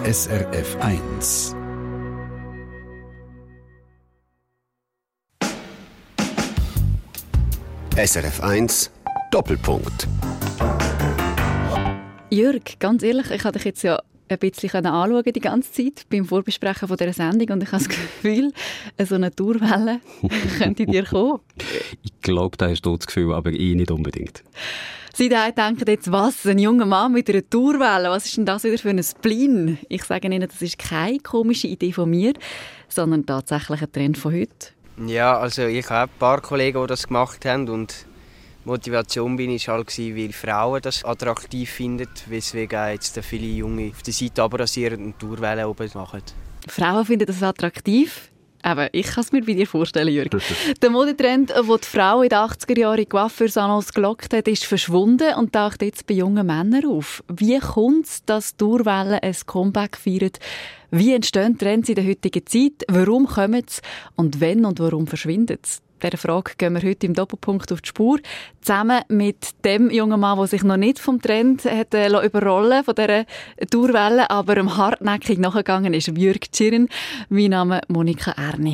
SRF 1. SRF 1 Doppelpunkt. Jürg, ganz ehrlich, ich habe dich jetzt ja ein bisschen anschauen die ganze Zeit beim Vorbesprechen von dieser Sendung und ich habe das Gefühl, so eine Tourwelle könnte dir kommen. Ich glaube, da hast du das Gefühl, aber ich nicht unbedingt. Sie denken jetzt, was, ein junger Mann mit einer Tourwelle, was ist denn das wieder für ein Spleen? Ich sage Ihnen, das ist keine komische Idee von mir, sondern tatsächlich ein Trend von heute. Ja, also ich habe ein paar Kollegen, die das gemacht haben und die Motivation war halt, weil Frauen das attraktiv finden, weswegen jetzt viele Junge auf der Seite abrasieren und Tourwellen oben machen. Frauen finden das attraktiv? Aber ich kann es mir bei dir vorstellen, Jürg. Der Modetrend, den die Frau in den 80er Jahren in Coiffeursalons gelockt hat, ist verschwunden und taucht jetzt bei jungen Männern auf. Wie kommt es, dass Tourwellen ein Comeback feiern? Wie entstehen Trends in der heutigen Zeit? Warum kommen sie? Und wenn und warum verschwinden sie? Dieser Frage gehen wir heute im Doppelpunkt auf die Spur. Zusammen mit dem jungen Mann, der sich noch nicht vom Trend hat überrollen von dieser Tourwelle, aber hartnäckig nachgegangen ist, Jürg Tschirren. Mein Name ist Monika Erni.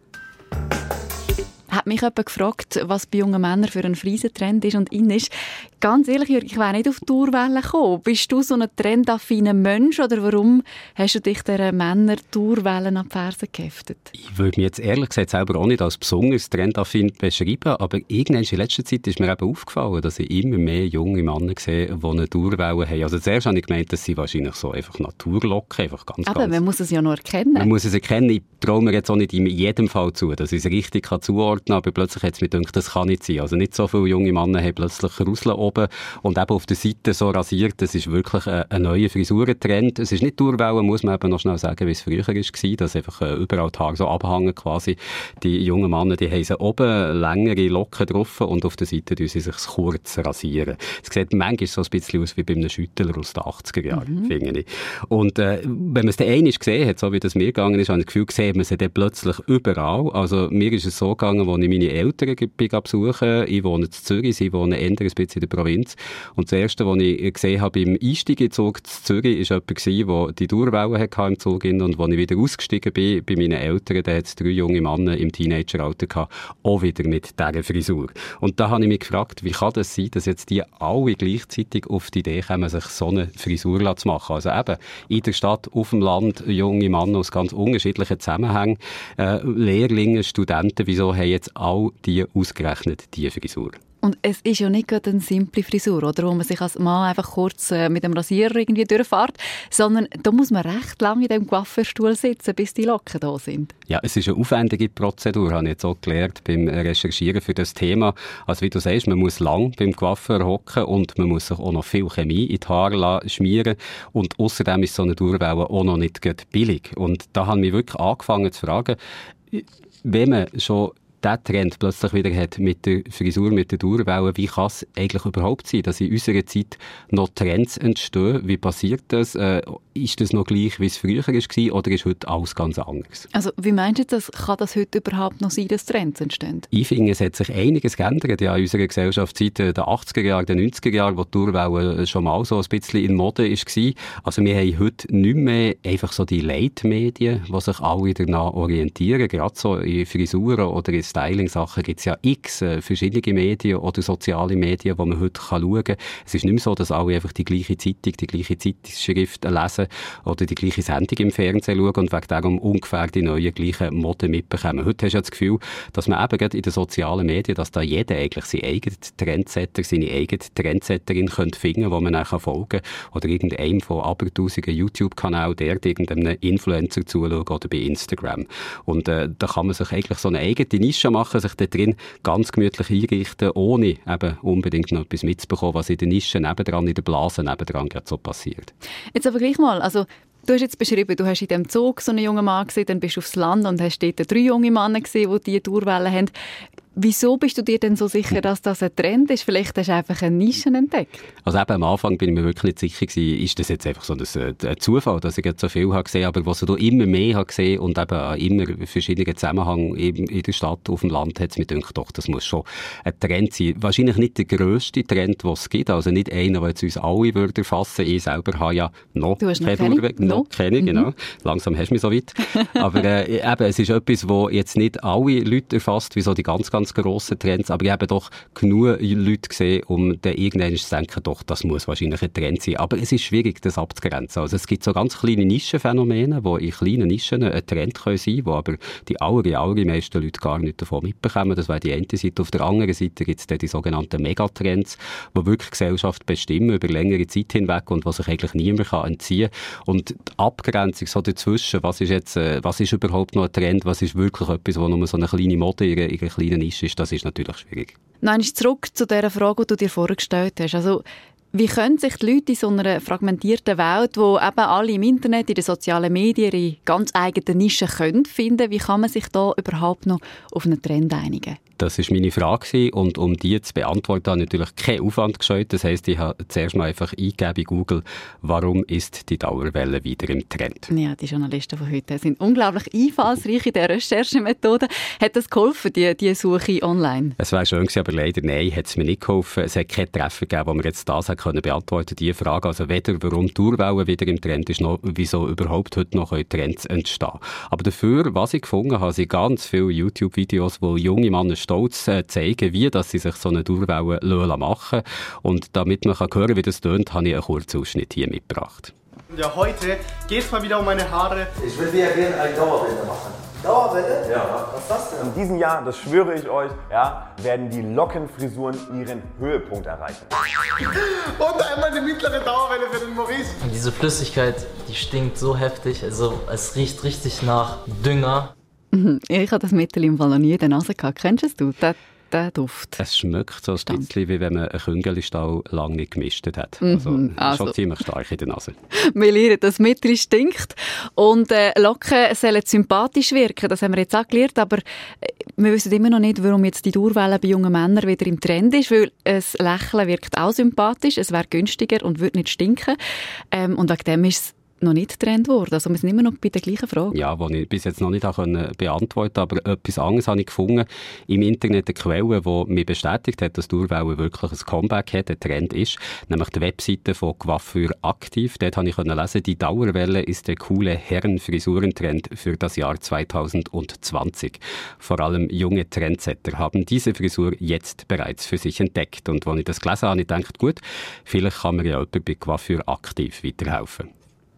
Hat mich jemand gefragt, was bei jungen Männern für ein Friesentrend ist und in ist. Ganz ehrlich, Jürg, ich wäre nicht auf Tourwellen gekommen. Bist du so ein trendaffiner Mensch oder warum hast du dich dieser Männer-Tourwellen an die Fersen geheftet? Ich würde mich jetzt ehrlich gesagt selber auch nicht als besonders trendaffin beschreiben, aber irgendwann in letzter Zeit ist mir eben aufgefallen, dass ich immer mehr junge Männer sehe, die eine Tourwelle haben. Also zuerst habe ich gemeint, dass sie wahrscheinlich so einfach Naturlocken, einfach ganz. Aber man muss es ja noch erkennen. Man muss es erkennen. Ich traue mir jetzt auch nicht in jedem Fall zu, dass ich es richtig zuordnen kann, aber plötzlich hat es mir gedacht, das kann nicht sein. Also nicht so viele junge Männer haben plötzlich Russeln oben und eben auf der Seite so rasiert. Das ist wirklich ein neuer Frisurentrend. Es ist nicht Tourwelle, muss man eben noch schnell sagen, wie es früher war, dass einfach überall die Haare so abhängen quasi. Die jungen Männer, die haben sie oben längere Locken drauf und auf der Seite tun sie sich kurz rasieren. Es sieht manchmal so ein bisschen aus wie bei einem Schüttler aus den 80er Jahren, finde ich. Und wenn man es dann einmal gesehen hat, so wie das mir gegangen ist, habe ich das Gefühl, sieht man sie dann plötzlich überall. Also mir ist es so gegangen, als ich meine Eltern besuche. Ich wohne in Zürich, sie wohnen eher ein bisschen in der Provinz. Und das Erste, was ich gesehen habe beim Einstieg in den Zug in Zürich, war jemand, der die Tourwelle hatte im Zug. Und als ich wieder ausgestiegen bin bei meinen Eltern, da hat es 3 junge Männer im Teenageralter gehabt, auch wieder mit dieser Frisur. Und da habe ich mich gefragt, wie kann das sein, dass jetzt die alle gleichzeitig auf die Idee kommen, sich so eine Frisur zu machen. Also eben in der Stadt, auf dem Land, junge Männer aus ganz unterschiedlichen Zusammenhängen, Lehrlinge, Studenten, wieso haben jetzt all die ausgerechnet diese Frisur? Und es ist ja nicht gerade eine simple Frisur, oder, wo man sich als Mann einfach kurz mit dem Rasierer irgendwie durchfährt, sondern da muss man recht lange in dem Coiffeurstuhl sitzen, bis die Locken da sind. Ja, es ist eine aufwendige Prozedur, habe ich jetzt auch gelernt beim Recherchieren für das Thema. Also wie du sagst, man muss lang beim Coiffeur hocken und man muss sich auch noch viel Chemie in die Haare schmieren und außerdem ist so eine Tourwelle auch noch nicht billig. Und da habe ich mich wirklich angefangen zu fragen, wenn man schon der Trend plötzlich wieder hat mit der Frisur, mit der Tourwelle, wie kann es eigentlich überhaupt sein, dass in unserer Zeit noch Trends entstehen? Wie passiert das? Ist das noch gleich, wie es früher war oder ist heute alles ganz anders? Also wie meinst du das? Kann das heute überhaupt noch sein, dass Trends entstehen? Ich finde, es hat sich einiges geändert ja, in unserer Gesellschaft seit den 80er Jahren, den 90er Jahren, wo die Tourwelle schon mal so ein bisschen in Mode war. Also wir haben heute nicht mehr einfach so die Leitmedien, die sich alle danach orientieren. Gerade so in Frisuren oder in Styling-Sachen gibt es ja x verschiedene Medien oder soziale Medien, die man heute schauen kann. Es ist nicht mehr so, dass alle einfach die gleiche Zeitung, die gleiche Zeitschrift lesen oder die gleiche Sendung im Fernsehen schauen und wegen darum ungefähr die neuen gleichen Moden mitbekommen. Heute hast du ja das Gefühl, dass man eben gerade in den sozialen Medien, dass da jeder eigentlich seinen eigenen Trendsetter, seine eigene Trendsetterin könnte finden, wo man dann folgen kann. Oder irgendeinem von abertausigen YouTube-Kanälen, der irgendeinem Influencer zuschaut oder bei Instagram. Und da kann man sich eigentlich so eine eigene Nische machen, sich da drin ganz gemütlich einrichten, ohne eben unbedingt noch etwas mitzubekommen, was in der Nische nebendran, in der Blase nebendran gerade so passiert. Jetzt aber gleich mal, also du hast jetzt beschrieben, du hast in diesem Zug so einen jungen Mann gesehen, dann bist du aufs Land und hast dort 3 junge Männer gesehen, die diese Tourwelle haben. Wieso bist du dir denn so sicher, dass das ein Trend ist? Vielleicht hast du einfach eine Nische entdeckt. Also eben am Anfang bin ich mir wirklich nicht sicher gewesen, ist das jetzt einfach so ein Zufall, dass ich jetzt so viel habe gesehen, aber was ich da immer mehr habe gesehen und eben immer verschiedene Zusammenhänge eben in der Stadt, auf dem Land, hat es mir gedacht, doch, das muss schon ein Trend sein. Wahrscheinlich nicht der grösste Trend, den es gibt, also nicht einer, der jetzt uns alle würde erfassen. Ich selber habe ja noch keine, genau. Langsam hast du mich so weit. Aber eben, es ist etwas, wo jetzt nicht alle Leute erfasst, wie so die ganz grossen Trends, aber ich habe doch genug Leute gesehen, um dann irgendwann zu denken, doch, das muss wahrscheinlich ein Trend sein. Aber es ist schwierig, das abzugrenzen. Also es gibt so ganz kleine Nischenphänomene, die in kleinen Nischen ein Trend können sein können, wo aber die allermeisten Leute gar nicht davon mitbekommen. Das wäre die eine Seite. Auf der anderen Seite gibt es dann die sogenannten Megatrends, die wirklich Gesellschaft bestimmen über längere Zeit hinweg und was sich eigentlich niemand entziehen kann. Und die Abgrenzung so dazwischen, was ist überhaupt noch ein Trend, was ist wirklich etwas, wo nur so eine kleine Mode in einer kleinen Nische ist, das ist natürlich schwierig. Nein, zurück zu dieser Frage, die du dir vorgestellt hast. Also, wie können sich die Leute in so einer fragmentierten Welt, wo eben alle im Internet, in den sozialen Medien ihre ganz eigenen Nischen finden, wie kann man sich da überhaupt noch auf einen Trend einigen? Das war meine Frage und um die zu beantworten, habe ich natürlich keinen Aufwand gescheut. Das heisst, ich habe zuerst mal einfach eingegeben in Google, warum ist die Dauerwelle wieder im Trend? Ja, die Journalisten von heute sind unglaublich einfallsreich in der Recherchemethode. Hat das geholfen, die Suche online? Es wäre schön gewesen, aber leider nein, hat es mir nicht geholfen. Es hat keinen Treffer gegeben, wo wir jetzt das können beantworten, diese Frage. Also weder warum die Dauerwelle wieder im Trend ist, noch wieso überhaupt heute noch Trends entstehen. Aber dafür, was ich gefunden habe, sind ganz viele YouTube-Videos, wo junge Männer stolz zeigen, wie dass sie sich so eine Dauerwelle machen. Und damit man hören kann, wie das tönt, habe ich einen kurzen Ausschnitt hier mitgebracht. Ja, heute geht es mal wieder um meine Haare. Ich will dir gerne eine Dauerwelle machen. Dauerwelle? Ja. Was ist das denn? In diesem Jahr, das schwöre ich euch, ja, werden die Lockenfrisuren ihren Höhepunkt erreichen. Und einmal eine mittlere Dauerwelle für den Maurice. Und diese Flüssigkeit, die stinkt so heftig, also es riecht richtig nach Dünger. Ich habe das Mittel im Fall noch nie in der Nase gehabt. Kennst du das? Der Duft. Es schmeckt so ein bisschen, wie wenn man einen Küngelstall lange nicht gemistet hat. Also schon ziemlich stark in der Nase. Wir lernen, dass Mittel stinkt. Und Locken sollen sympathisch wirken. Das haben wir jetzt auch gelernt. Aber wir wissen immer noch nicht, warum jetzt die Dauerwelle bei jungen Männern wieder im Trend ist. Weil ein Lächeln wirkt auch sympathisch. Es wäre günstiger und würde nicht stinken. Und wegen dem ist es noch nicht Trend geworden. Also wir sind immer noch bei der gleichen Frage. Ja, die ich bis jetzt noch nicht beantworten konnte, aber etwas anderes habe ich gefunden. Im Internet eine Quelle, die mir bestätigt hat, dass Dauerwelle wirklich ein Comeback hat, ein Trend ist, nämlich die Webseite von Coiffeur Aktiv. Dort habe ich lesen, die Dauerwelle ist der coole Herrenfrisurentrend für das Jahr 2020. Vor allem junge Trendsetter haben diese Frisur jetzt bereits für sich entdeckt. Und als ich das gelesen habe, habe ich gedacht, gut, vielleicht kann mir ja jemand bei Coiffeur Aktiv weiterhelfen.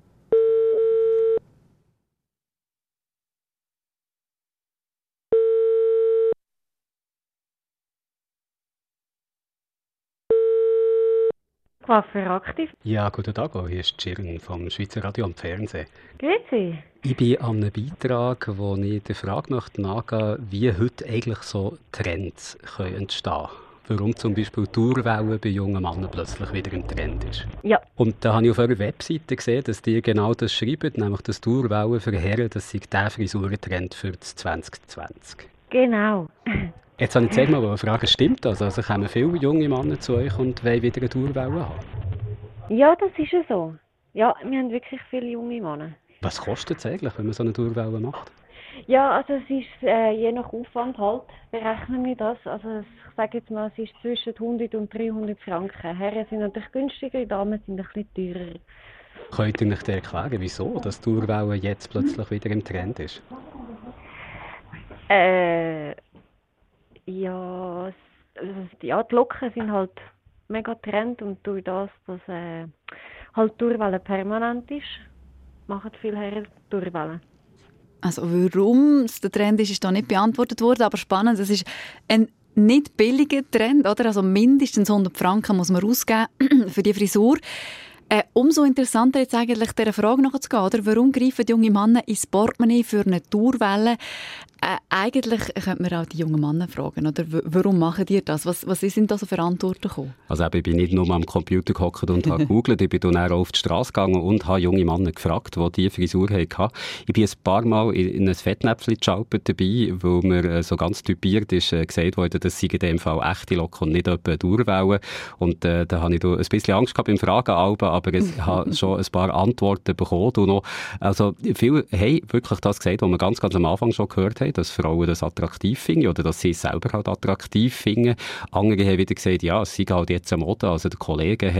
Coiffeur Aktiv. Ja, guten Tag, hier ist Schirn vom Schweizer Radio und Fernsehen. Grüezi. Ich bin an einem Beitrag, wo ich der Frage nachgehen, wie heute eigentlich so Trends entstehen können. Warum zum Beispiel die Dauerwelle bei jungen Männern plötzlich wieder im Trend ist. Ja. Und da habe ich auf eurer Webseite gesehen, dass die genau das schreiben, nämlich dass Dauerwelle für Herren, das sei der Frisurentrend für das 2020. Genau. Jetzt habe ich zuerst mal eine Frage, stimmt das? Also kommen viele junge Männer zu euch und wollen wieder eine Dauerwelle haben? Ja, das ist ja so. Ja, wir haben wirklich viele junge Männer. Was kostet es eigentlich, wenn man so eine Dauerwelle macht? Ja, also es ist je nach Aufwand halt, berechnen wir das. Also ich sage jetzt mal, es ist zwischen 100 und 300 Franken. Herren sind natürlich günstiger, Damen sind ein bisschen teurer. Könnt ihr euch erklären, wieso dass die Dauerwelle jetzt plötzlich wieder im Trend ist? Ja, die Locken sind halt mega Trend und durch das, dass halt die Dauerwelle permanent ist, machen viele Herren Dauerwelle. Also warum es der Trend ist da nicht beantwortet worden, aber spannend, es ist ein nicht billiger Trend, oder? Also mindestens 100 Franken muss man ausgeben für die Frisur. Umso interessanter jetzt eigentlich dieser Frage nachzugehen, oder? Warum greifen junge Männer ins Portemonnaie für eine Dauerwelle? Eigentlich könnte man auch die jungen Männer fragen, oder? Warum machen die das? Was sind da so für Antworten gekommen? Also ich bin nicht nur am Computer gehockt und habe gegoogelt, ich bin dann auch auf die Straße gegangen und habe junge Männer gefragt, die diese Frisur hatten. Ich bin ein paar Mal in ein Fettnäpfchen geschaut dabei, weil mir so ganz typiert ist gesagt worden, das sei in dem Fall echte Locken und nicht etwa Dauerwellen. Und da habe ich ein bisschen Angst gehabt beim Fragenalben, aber ich habe schon ein paar Antworten bekommen. Und noch, also viele haben wirklich das gesagt, was wir ganz am Anfang schon gehört haben, dass Frauen das attraktiv finden oder dass sie es selber halt attraktiv finden. Andere haben wieder gesagt, ja, es sei halt jetzt eine Mode. Also der Kollege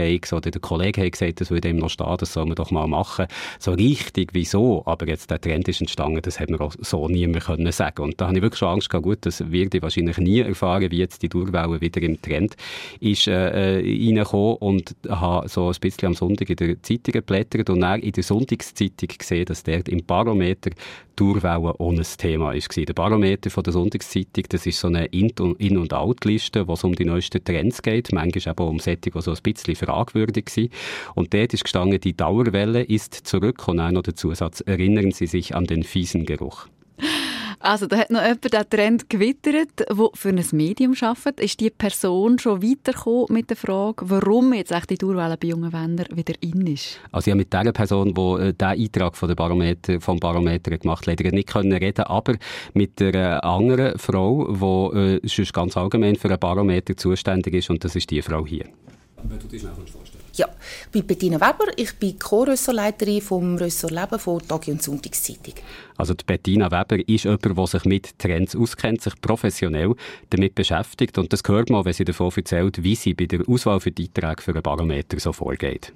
hat gesagt, das würde ihm noch stehen, das soll man doch mal machen. So richtig, wieso? Aber jetzt der Trend ist entstanden, das hat man auch so nie mehr können sagen. Und da habe ich wirklich schon Angst gehabt, gut, das werde ich wahrscheinlich nie erfahren, wie jetzt die Dauerwelle wieder im Trend ist reingekommen. Und habe so ein bisschen am Sonntag in der Zeitung geblättert und dann in der Sonntagszeitung gesehen, dass dort im Barometer Dauerwelle ohne Thema war. Der Barometer von der Sonntagszeitung, das ist so eine In- und Out-Liste, wo es um die neuesten Trends geht. Manchmal eben um Sättig, die so ein bisschen fragwürdig sind. Und dort ist gestanden, die Dauerwelle ist zurück. Und auch noch der Zusatz, erinnern Sie sich an den fiesen Geruch. Also, da hat noch jemand den Trend gewittert, der für ein Medium arbeitet. Ist die Person schon weitergekommen mit der Frage, warum jetzt echt die Dauerwelle bei jungen Männern wieder in ist? Also ich habe mit der Person, die diesen Eintrag vom Barometer gemacht hat, leider nicht reden, aber mit einer anderen Frau, die sonst ganz allgemein für einen Barometer zuständig ist, und das ist die Frau hier. Wenn du dich schnell vorstellen. Ja, ich bin Bettina Weber, ich bin Co-Ressortleiterin vom Ressort Leben von Tag- und Sonntagszeitung. Also die Bettina Weber ist jemand, der sich mit Trends auskennt, sich professionell damit beschäftigt, und das hört man, wenn sie davon erzählt, wie sie bei der Auswahl für die Einträge für einen Barometer so vorgeht.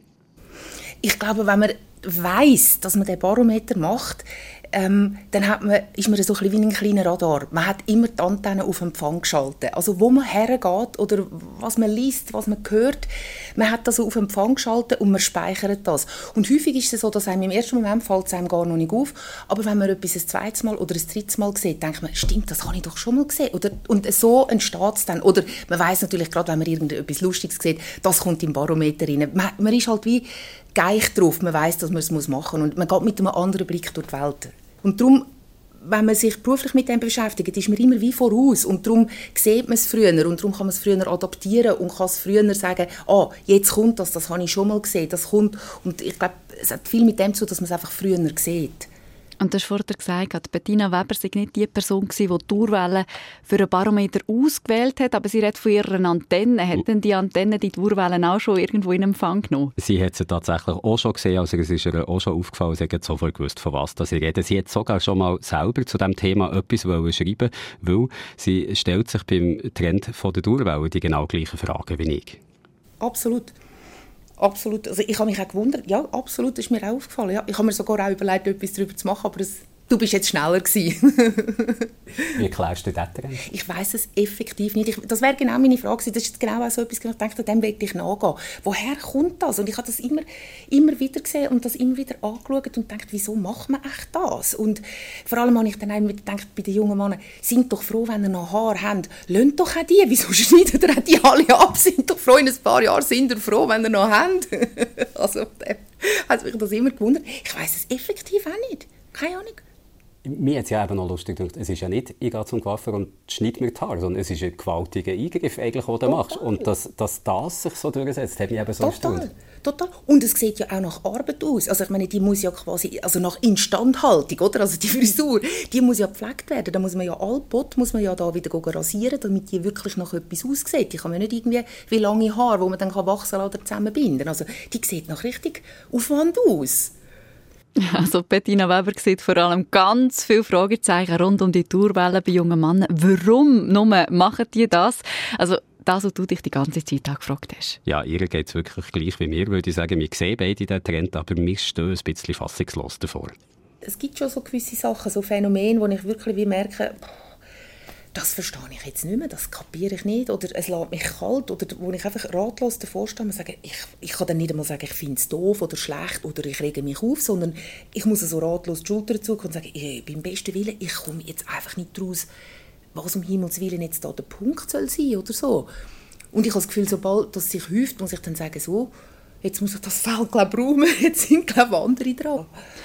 Ich glaube, wenn man weiss, dass man den Barometer macht, dann ist man so ein bisschen wie ein kleiner Radar. Man hat immer die Antennen auf Empfang geschaltet. Also wo man hergeht oder was man liest, was man hört, man hat das auf Empfang geschaltet und man speichert das. Und häufig ist es so, dass einem im ersten Moment fällt es einem gar noch nicht auf, aber wenn man etwas ein zweites Mal oder ein drittes Mal sieht, denkt man, stimmt, das habe ich doch schon mal gesehen. Und so entsteht es dann. Oder man weiss natürlich, gerade wenn man irgendetwas Lustiges sieht, das kommt im Barometer rein. Man ist halt wie geeicht drauf, man weiss, dass man es machen muss und man geht mit einem anderen Blick durch die Welt. Und darum, wenn man sich beruflich mit dem beschäftigt, ist man immer wie voraus. Und darum sieht man es früher. Und darum kann man es früher adaptieren und kann es früher sagen, jetzt kommt das habe ich schon mal gesehen, das kommt. Und ich glaube, es hat viel mit dem zu tun, dass man es einfach früher sieht. Und du hast vorhin gesagt, Bettina Weber sei nicht die Person gewesen, die die Dauerwelle für einen Barometer ausgewählt hat, aber sie redet von ihrer Antenne. Hat denn die Antenne die Dauerwellen auch schon irgendwo in Empfang genommen? Sie hat sie tatsächlich auch schon gesehen, also es ist ihr auch schon aufgefallen, sie hat sofort gewusst, von was sie reden. Sie hat sogar schon mal selber zu diesem Thema etwas schreiben, weil sie stellt sich beim Trend von der Dauerwelle die genau gleichen Fragen wie ich. Absolut. Absolut. Also ich habe mich auch gewundert. Ja, absolut, das ist mir auch aufgefallen. Ja. Ich habe mir sogar auch überlegt, etwas darüber zu machen, aber du bist jetzt schneller gewesen. Wie erklärst du das denn? Ich weiss es effektiv nicht. Das wäre genau meine Frage gewesen. Das ist genau auch so etwas, ich dachte, dem will ich nachgehen. Woher kommt das? Und ich habe das immer wieder gesehen und das immer wieder angeschaut und gedacht, wieso macht man echt das? Und vor allem habe ich dann auch gedacht, bei den jungen Männern, sind doch froh, wenn ihr noch Haare habt. Lasst doch auch die. Wieso schneidet ihr die alle ab? Sind doch froh, in ein paar Jahren sind ihr froh, wenn ihr noch habt. Also, hat mich das immer gewundert. Ich weiss es effektiv auch nicht. Keine Ahnung. Mir hat es ja eben noch lustig gedacht, es ist ja nicht, ich gehe zum Coiffeur und schneide mir die Haare, sondern es ist ein gewaltiger Eingriff, eigentlich, den du machst. Und dass das sich so durchsetzt, hat mich eben so erstaunt. Total. Und es sieht ja auch nach Arbeit aus. Also ich meine, die muss ja quasi, also nach Instandhaltung, oder? Also die Frisur, die muss ja gepflegt werden. Da muss man ja allpot, muss man ja da wieder rasieren, damit die wirklich nach etwas aussieht. Die kann man nicht irgendwie wie lange Haare, die man dann wachsen oder zusammenbinden. Also die sieht nach richtig Aufwand aus. Also Bettina Weber sieht vor allem ganz viele Fragezeichen rund um die Dauerwelle bei jungen Männern. Warum nur machen die das? Also das, was du dich die ganze Zeit gefragt hast. Ja, ihr geht es wirklich gleich wie mir, würde ich sagen. Wir sehen beide den Trend, aber wir stehen ein bisschen fassungslos davor. Es gibt schon so gewisse Sachen, so Phänomene, wo ich wirklich wie merke, das verstehe ich jetzt nicht mehr, das kapiere ich nicht, oder es lässt mich kalt, oder wo ich einfach ratlos davor stehe und sage, ich kann dann nicht einmal sagen, ich finde es doof oder schlecht oder ich rege mich auf, sondern ich muss so ratlos die Schulter zucken und sagen, beim besten Willen, ich komme jetzt einfach nicht raus, was um Himmels Willen jetzt da der Punkt soll sein oder so. Und ich habe das Gefühl, sobald das sich häuft, muss ich dann sagen, so, jetzt muss ich das Feld räumen, jetzt sind glaube andere dran.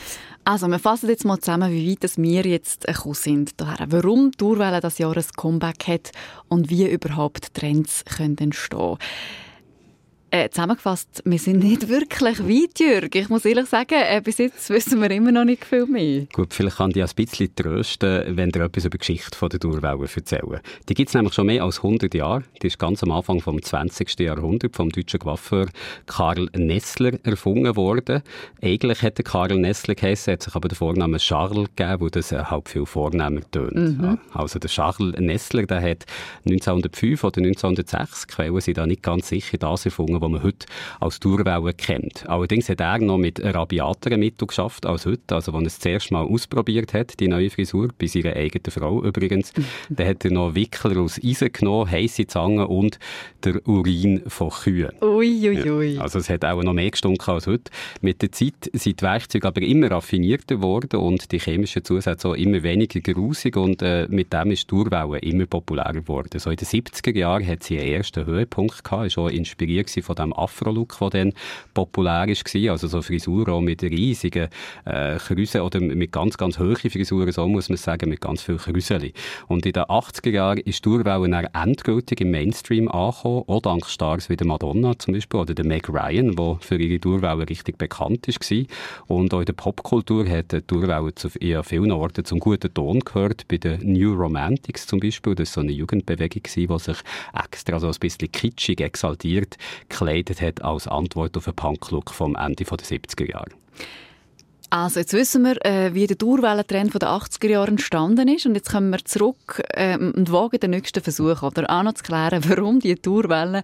Also, wir fassen jetzt mal zusammen, wie weit wir jetzt gekommen sind. Warum die Dauerwelle dieses Jahr ein Comeback hat und wie überhaupt Trends entstehen können. Zusammengefasst, wir sind nicht wirklich weit, Jürg. Ich muss ehrlich sagen, bis jetzt wissen wir immer noch nicht viel mehr. Gut, vielleicht kann ich ein bisschen trösten, wenn ihr etwas über die Geschichte der Dauerwelle erzählen. Die gibt es nämlich schon mehr als 100 Jahre. Die ist ganz am Anfang des 20. Jahrhunderts vom deutschen Coiffeur Karl Nessler erfunden worden. Eigentlich hätte Karl Nessler geheißen, hat sich aber den Vornamen Charles gegeben, weil das halt viel vornehmer tönt. Ja, also der Charles Nessler, der hat 1905 oder 1906, Quellen sind da nicht ganz sicher, das erfunden, die man heute als Dauerwelle kennt. Allerdings hat er noch mit rabiateren Mitteln geschafft als heute, also als er es zuerst mal ausprobiert hat, die neue Frisur, bei seiner eigenen Frau übrigens. Dann hat er noch Wickler aus Eisen genommen, heisse Zangen und der Urin von Kühen. Uiuiui. Ja, also es hat auch noch mehr gestunken als heute. Mit der Zeit sind die Werkzeuge aber immer raffinierter geworden und die chemischen Zusätze auch immer weniger grusig und mit dem ist die Dauerwelle immer populärer geworden. So in den 70er Jahren hat sie einen ersten Höhepunkt gehabt, ist auch inspiriert von dem Afro-Look, der dann populär war. Also so Frisuren auch mit riesigen Krüsen oder mit ganz, ganz hohen Frisuren, so muss man sagen, mit ganz vielen Krüseli. Und in den 80er Jahren ist die Dauerwelle dann endgültig im Mainstream angekommen, auch dank Stars wie der Madonna zum Beispiel oder der Meg Ryan, die für ihre Dauerwelle richtig bekannt war. Und auch in der Popkultur hat die Dauerwelle in vielen Orten zum guten Ton gehört. Bei den New Romantics zum Beispiel, das war so eine Jugendbewegung, die sich extra so ein bisschen kitschig exaltiert gekleidet hat als Antwort auf den Punk-Look vom Ende der 70er Jahre. Also jetzt wissen wir, wie der Dauerwellentrend der 80er Jahre entstanden ist und jetzt kommen wir zurück und wagen den nächsten Versuch, oder auch noch zu klären, warum die Dauerwelle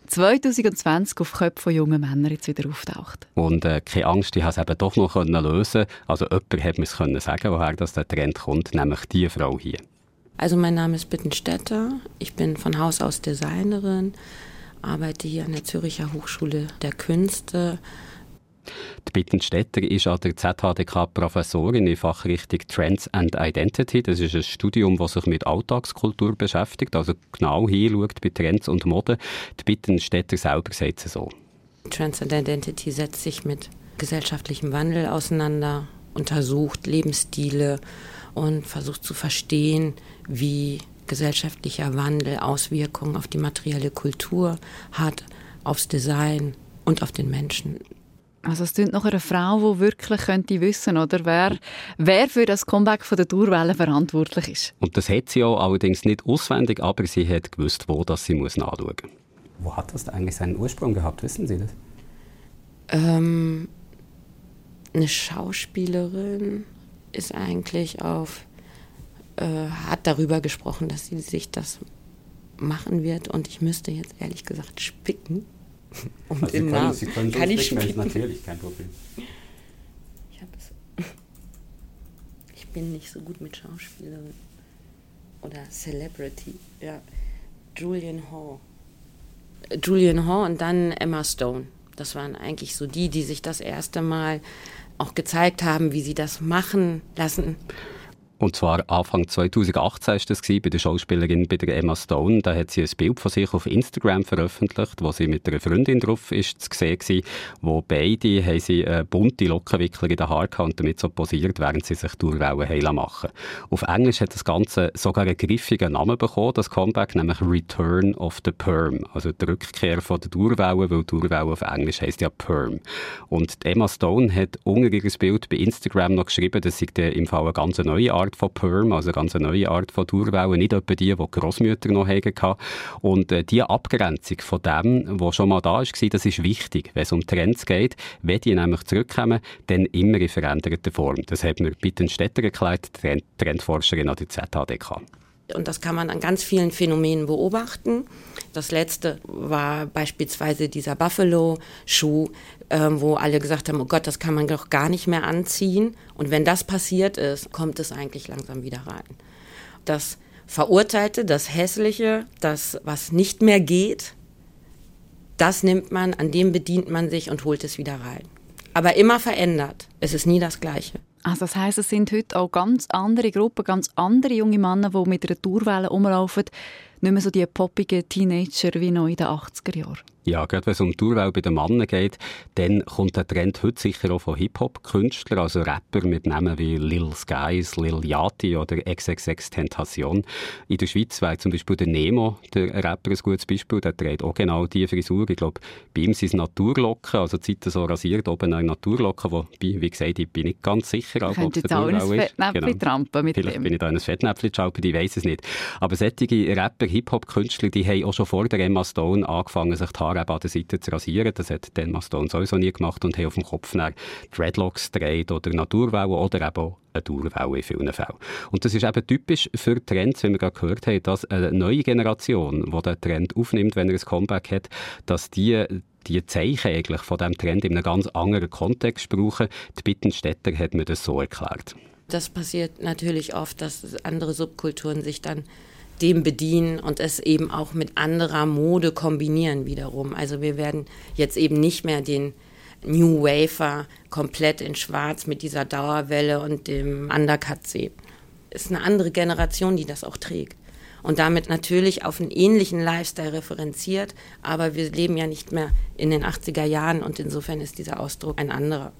2020 auf Köpfe von jungen Männern jetzt wieder auftaucht. Und keine Angst, ich konnte es eben doch noch lösen. Also jemand hat mir es sagen, woher das der Trend kommt, nämlich die Frau hier. Also mein Name ist Bittenstädter, ich bin von Haus aus Designerin, arbeite hier an der Zürcher Hochschule der Künste. Die Bittenstädter ist an der ZHDK Professorin in Fachrichtung Trends and Identity. Das ist ein Studium, das sich mit Alltagskultur beschäftigt, also genau hinschaut bei Trends und Mode. Die Bittenstädter selber sagt es so. Trends and Identity setzt sich mit gesellschaftlichem Wandel auseinander, untersucht Lebensstile und versucht zu verstehen, wie gesellschaftlicher Wandel Auswirkungen auf die materielle Kultur hat, aufs Design und auf den Menschen. Also es klingt nach einer Frau, die wirklich könnte wissen, oder wer für das Comeback von der Dauerwelle verantwortlich ist. Und das hat sie auch allerdings nicht auswendig, aber sie hat gewusst, wo das sie nachschauen muss. Wo hat das eigentlich seinen Ursprung gehabt, wissen Sie das? Eine Schauspielerin ist eigentlich hat darüber gesprochen, dass sie sich das machen wird und ich müsste jetzt ehrlich gesagt spicken. Um also den Namen. Sie können kann ich spicken? Natürlich, kein Problem. Ich bin nicht so gut mit Schauspielerin. Oder Celebrity. Ja. Julianne Hough und dann Emma Stone. Das waren eigentlich so die sich das erste Mal auch gezeigt haben, wie sie das machen lassen. Und zwar Anfang 2018 war das bei der Schauspielerin, bei der Emma Stone. Da hat sie ein Bild von sich auf Instagram veröffentlicht, wo sie mit einer Freundin drauf ist zu sehen war, wo beide haben sie bunte Lockenwickler in den Haaren gehabt und damit so posiert, während sie sich Dauerwellen machen. Auf Englisch hat das Ganze sogar einen griffigen Namen bekommen, das Comeback, nämlich Return of the Perm, also die Rückkehr von der Dauerwelle, weil Dauerwelle auf Englisch heisst ja Perm. Und Emma Stone hat unter ihr Bild bei Instagram noch geschrieben, dass sie im Fall eine ganz neue Art von Perm, also eine ganz neue Art von Dauerwelle, nicht etwa die Grossmütter noch hatten. Und die Abgrenzung von dem, was schon mal da war, das ist wichtig, wenn es um Trends geht. Wenn die nämlich zurückkommen, dann immer in veränderter Form. Das hat mir Bittenstädter erklärt, Trendforscherin an der ZHDK. Und das kann man an ganz vielen Phänomenen beobachten. Das letzte war beispielsweise dieser Buffalo-Schuh, wo alle gesagt haben, oh Gott, das kann man doch gar nicht mehr anziehen. Und wenn das passiert ist, kommt es eigentlich langsam wieder rein. Das Verurteilte, das Hässliche, das, was nicht mehr geht, das nimmt man, an dem bedient man sich und holt es wieder rein. Aber immer verändert. Es ist nie das Gleiche. Also das heisst, es sind heute auch ganz andere Gruppen, ganz andere junge Männer, die mit einer Dauerwelle rumlaufen. Nicht mehr so die poppigen Teenager wie noch in den 80er Jahren. Ja, gerade wenn es um die Urwahl bei den Männern geht, dann kommt der Trend heute sicher auch von Hip-Hop-Künstlern, also Rapper mit Namen wie Lil Skies, Lil Yachty oder XXXTentacion. In der Schweiz wäre zum Beispiel der Nemo, der Rapper, ein gutes Beispiel. Der trägt auch genau diese Frisur. Ich glaube, bei ihm sind es Naturlocken, also die Seite so rasiert, oben eine Naturlocke, wo, wie gesagt, ich bin nicht ganz sicher, ob es der Urwahl ist. Du könntest jetzt auch ein Fettnäpfchen trampen mit Vielleicht dem. Bin ich da in ein Fettnäpfchen geschaltet, ich weiss es nicht. Aber solche Rapper, Hip-Hop-Künstler, die haben auch schon vor der Emma Stone angefangen, sich die Haare an der Seite zu rasieren. Das hat Emma Stone sowieso nie gemacht und haben auf dem Kopf Dreadlocks gedreht oder Naturwellen oder eben auch eine Dauerwelle in vielen Fällen. Und das ist eben typisch für Trends, wie wir gerade gehört haben, dass eine neue Generation, die den Trend aufnimmt, wenn er ein Comeback hat, dass die Zeichen eigentlich von diesem Trend in einem ganz anderen Kontext brauchen. Die Bittenstädter hat mir das so erklärt. Das passiert natürlich oft, dass andere Subkulturen sich dann dem bedienen und es eben auch mit anderer Mode kombinieren wiederum. Also wir werden jetzt eben nicht mehr den New Wafer komplett in schwarz mit dieser Dauerwelle und dem Undercut sehen. Es ist eine andere Generation, die das auch trägt. Und damit natürlich auf einen ähnlichen Lifestyle referenziert, aber wir leben ja nicht mehr in den 80er Jahren und insofern ist dieser Ausdruck ein anderer.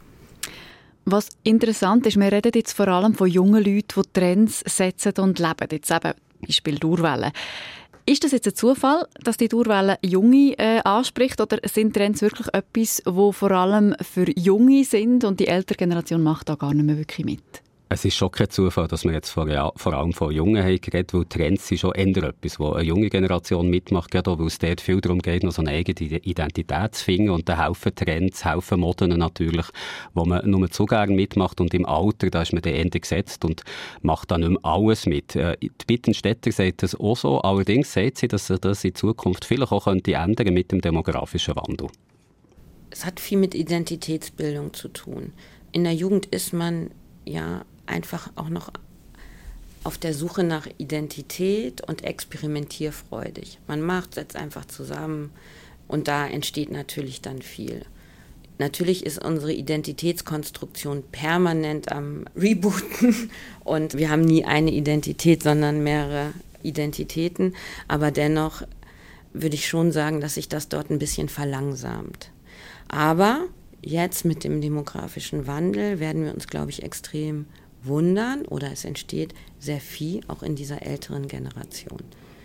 Was interessant ist, wir reden jetzt vor allem von jungen Leuten, die Trends setzen und leben. Jetzt eben Beispiel Dauerwelle. Ist das jetzt ein Zufall, dass die Dauerwelle Junge anspricht, oder sind Trends wirklich etwas, wo vor allem für Junge sind und die ältere Generation macht da gar nicht mehr wirklich mit? Es ist schon kein Zufall, dass wir jetzt vor allem von Jungen haben geredet, weil Trends sind schon eher etwas, wo eine junge Generation mitmacht, gerade auch, weil es dort viel darum geht, noch so eine eigene Identität zu finden und da helfen Trends, helfen Moden natürlich, wo man nur zu gerne mitmacht und im Alter, da ist man dann Ende gesetzt und macht dann nicht mehr alles mit. Die Bittenstädter sagt das auch so, allerdings sagt sie, dass sich das in Zukunft vielleicht auch könnte ändern mit dem demografischen Wandel. Es hat viel mit Identitätsbildung zu tun. In der Jugend ist man ja einfach auch noch auf der Suche nach Identität und experimentierfreudig. Man macht, setzt einfach zusammen und da entsteht natürlich dann viel. Natürlich ist unsere Identitätskonstruktion permanent am Rebooten und wir haben nie eine Identität, sondern mehrere Identitäten. Aber dennoch würde ich schon sagen, dass sich das dort ein bisschen verlangsamt. Aber jetzt mit dem demografischen Wandel werden wir uns, glaube ich, extrem wundern oder es entsteht sehr viel auch in dieser älteren Generation.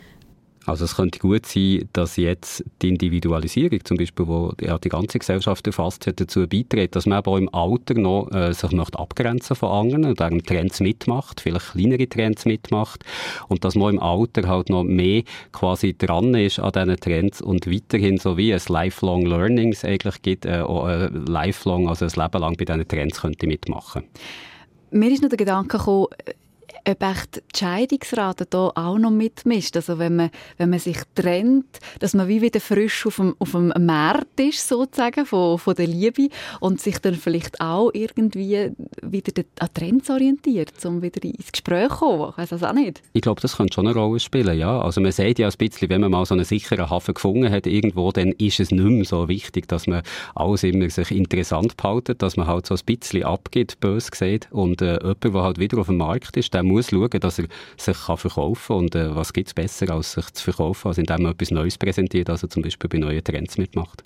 Also es könnte gut sein, dass jetzt die Individualisierung zum Beispiel, die ja die ganze Gesellschaft erfasst hat, dazu beiträgt, dass man auch im Alter noch sich möchte abgrenzen von anderen und darum Trends mitmacht, vielleicht kleinere Trends mitmacht und dass man im Alter halt noch mehr quasi dran ist an diesen Trends und weiterhin so wie es Lifelong Learnings eigentlich gibt, lifelong, also ein Leben lang bei diesen Trends könnte mitmachen. Mir ist noch der Gedanke gekommen, ob echt die Scheidungsrate da auch noch mitmischt. Also wenn man sich trennt, dass man wie wieder frisch auf dem Markt ist, sozusagen, von der Liebe und sich dann vielleicht auch irgendwie wieder an Trends orientiert, um wieder ins Gespräch zu kommen. Ich weiss das auch nicht. Ich glaube, das könnte schon eine Rolle spielen, ja. Also man sagt ja ein bisschen, wenn man mal so einen sicheren Hafen gefunden hat irgendwo, dann ist es nicht mehr so wichtig, dass man alles immer sich interessant behaltet, dass man halt so ein bisschen abgeht, bös gesagt. Und jemand, der halt wieder auf dem Markt ist, der muss schauen, dass er sich verkaufen kann. Und was gibt es besser, als sich zu verkaufen, als indem man etwas Neues präsentiert, also zum Beispiel bei neuen Trends mitmacht.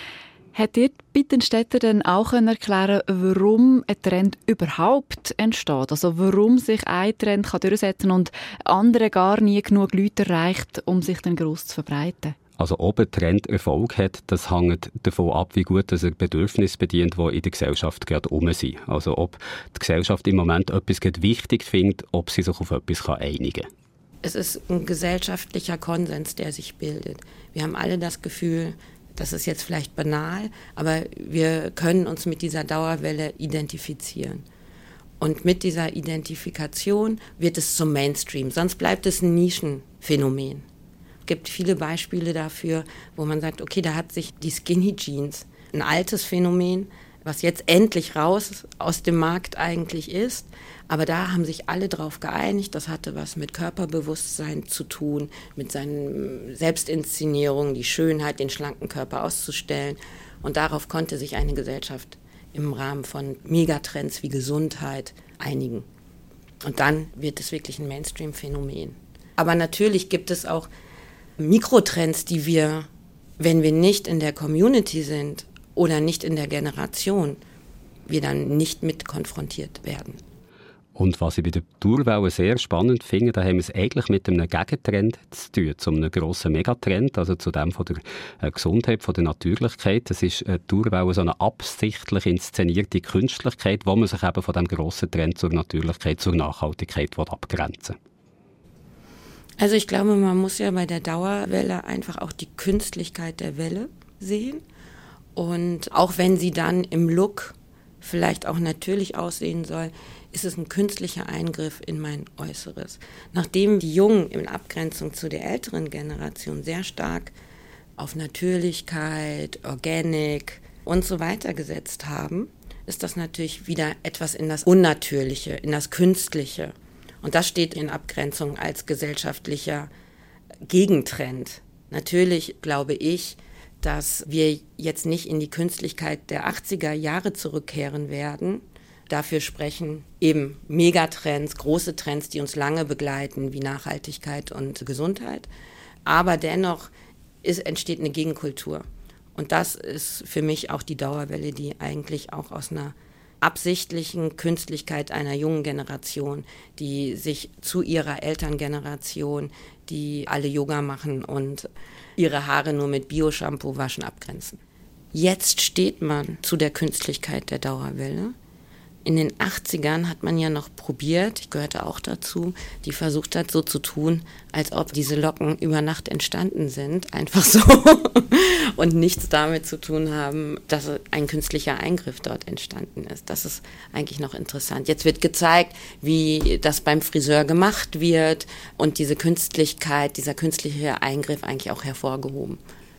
Hat dir Bittenstädter denn auch erklären, warum ein Trend überhaupt entsteht? Also warum sich ein Trend durchsetzen kann und andere gar nie genug Leute erreicht, um sich dann gross zu verbreiten? Also ob ein Trend Erfolg hat, das hängt davon ab, wie gut er Bedürfnisse bedient, die in der Gesellschaft gerade rum sind. Also ob die Gesellschaft im Moment etwas wichtig findet, ob sie sich auf etwas einigen kann. Es ist ein gesellschaftlicher Konsens, der sich bildet. Wir haben alle das Gefühl, das ist jetzt vielleicht banal, aber wir können uns mit dieser Dauerwelle identifizieren. Und mit dieser Identifikation wird es zum Mainstream, sonst bleibt es ein Nischenphänomen. Es gibt viele Beispiele dafür, wo man sagt, okay, da hat sich die Skinny Jeans, ein altes Phänomen, was jetzt endlich raus aus dem Markt eigentlich ist, aber da haben sich alle drauf geeinigt, das hatte was mit Körperbewusstsein zu tun, mit seinen Selbstinszenierungen, die Schönheit, den schlanken Körper auszustellen und darauf konnte sich eine Gesellschaft im Rahmen von Megatrends wie Gesundheit einigen. Und dann wird es wirklich ein Mainstream-Phänomen. Aber natürlich gibt es auch Mikrotrends, die wir wenn wir nicht in der Community sind oder nicht in der Generation, wir dann nicht mit konfrontiert werden. Und was ich bei der Dauerwelle sehr spannend finde, da haben wir es eigentlich mit einem Gegentrend zu tun, zu einem grossen Megatrend, also zu dem von der Gesundheit, von der Natürlichkeit. Das ist eine Dauerwelle, so eine absichtlich inszenierte Künstlichkeit, wo man sich eben von dem grossen Trend zur Natürlichkeit, zur Nachhaltigkeit abgrenzen will. Also ich glaube, man muss ja bei der Dauerwelle einfach auch die Künstlichkeit der Welle sehen. Und auch wenn sie dann im Look vielleicht auch natürlich aussehen soll, ist es ein künstlicher Eingriff in mein Äußeres. Nachdem die Jungen in Abgrenzung zu der älteren Generation sehr stark auf Natürlichkeit, Organic und so weiter gesetzt haben, ist das natürlich wieder etwas in das Unnatürliche, in das Künstliche. Und das steht in Abgrenzung als gesellschaftlicher Gegentrend. Natürlich glaube ich, dass wir jetzt nicht in die Künstlichkeit der 80er Jahre zurückkehren werden. Dafür sprechen eben Megatrends, große Trends, die uns lange begleiten, wie Nachhaltigkeit und Gesundheit. Aber dennoch entsteht eine Gegenkultur. Und das ist für mich auch die Dauerwelle, die eigentlich auch aus einer absichtlichen Künstlichkeit einer jungen Generation, die sich zu ihrer Elterngeneration, die alle Yoga machen und ihre Haare nur mit Bio-Shampoo waschen, abgrenzen. Jetzt steht man zu der Künstlichkeit der Dauerwelle. In den 80ern hat man ja noch probiert, ich gehörte auch dazu, die versucht hat, so zu tun, als ob diese Locken über Nacht entstanden sind, einfach so, und nichts damit zu tun haben, dass ein künstlicher Eingriff dort entstanden ist. Das ist eigentlich noch interessant. Jetzt wird gezeigt, wie das beim Friseur gemacht wird und diese Künstlichkeit, dieser künstliche Eingriff eigentlich auch hervorgehoben.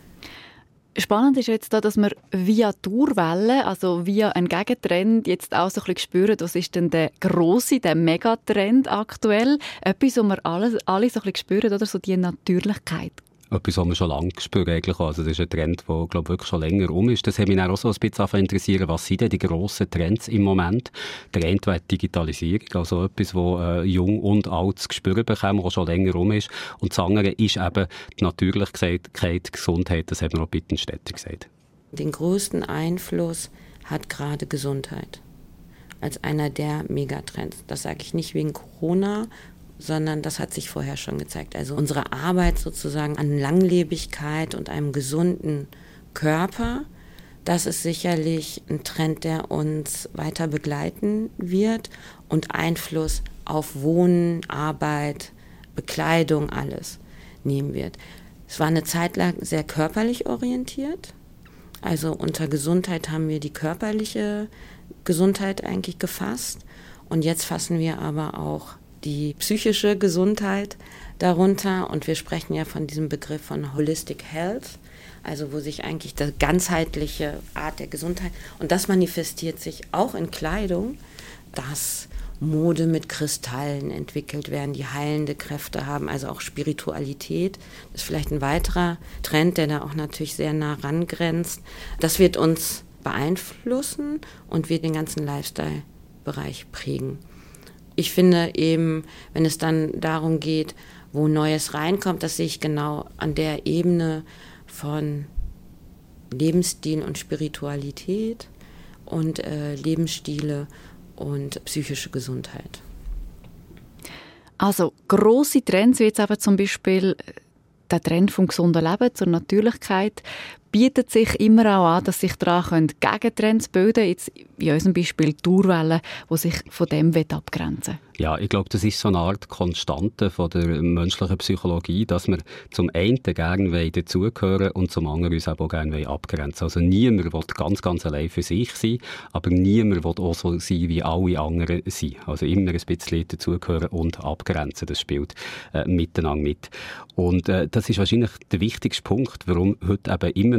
Spannend ist jetzt da, dass wir via Dauerwelle, also via einen Gegentrend, jetzt auch so ein bisschen spüren, was ist denn der grosse, der Megatrend aktuell? Etwas, wo wir alle so ein bisschen spüren, oder so die Natürlichkeit. Etwas, was wir schon lange spüren eigentlich. Also das ist ein Trend, der, glaube ich, wirklich schon länger ist. Das hat mich auch so ein bisschen interessiert, was sind denn die grossen Trends im Moment? Der eine wäre die Digitalisierung, also etwas, wo jung und alt zu spüren bekommen, was schon länger ist. Und das andere ist eben die Natürlichkeit, Gesundheit, das hat man auch Bittenstädter gesagt. Den größten Einfluss hat gerade Gesundheit als einer der Megatrends. Das sage ich nicht wegen Corona, sondern das hat sich vorher schon gezeigt. Also unsere Arbeit sozusagen an Langlebigkeit und einem gesunden Körper, das ist sicherlich ein Trend, der uns weiter begleiten wird und Einfluss auf Wohnen, Arbeit, Bekleidung, alles nehmen wird. Es war eine Zeit lang sehr körperlich orientiert. Also unter Gesundheit haben wir die körperliche Gesundheit eigentlich gefasst. Und jetzt fassen wir aber auch die psychische Gesundheit darunter. Und wir sprechen ja von diesem Begriff von Holistic Health, also wo sich eigentlich die ganzheitliche Art der Gesundheit, und das manifestiert sich auch in Kleidung, dass Mode mit Kristallen entwickelt werden, die heilende Kräfte haben, also auch Spiritualität. Das ist vielleicht ein weiterer Trend, der da auch natürlich sehr nah rangrenzt. Das wird uns beeinflussen und wird den ganzen Lifestyle-Bereich prägen. Ich finde eben, wenn es dann darum geht, wo Neues reinkommt, das sehe ich genau an der Ebene von Lebensstil und Spiritualität und Lebensstile und psychische Gesundheit. Also grosse Trends wie jetzt eben zum Beispiel der Trend vom gesunden Leben zur Natürlichkeit bietet sich immer auch an, dass sich daran Gegentrends bilden können. Jetzt in unserem Beispiel die Dauerwelle, die sich von dem abgrenzen will. Ja, ich glaube, das ist so eine Art Konstante von der menschlichen Psychologie, dass wir zum einen gerne dazugehören und zum anderen uns auch gerne abgrenzen. Also niemand will ganz, ganz allein für sich sein, aber niemand will auch so sein, wie alle anderen sind. Also immer ein bisschen dazugehören und abgrenzen, das spielt miteinander mit. Und das ist wahrscheinlich der wichtigste Punkt, warum heute eben immer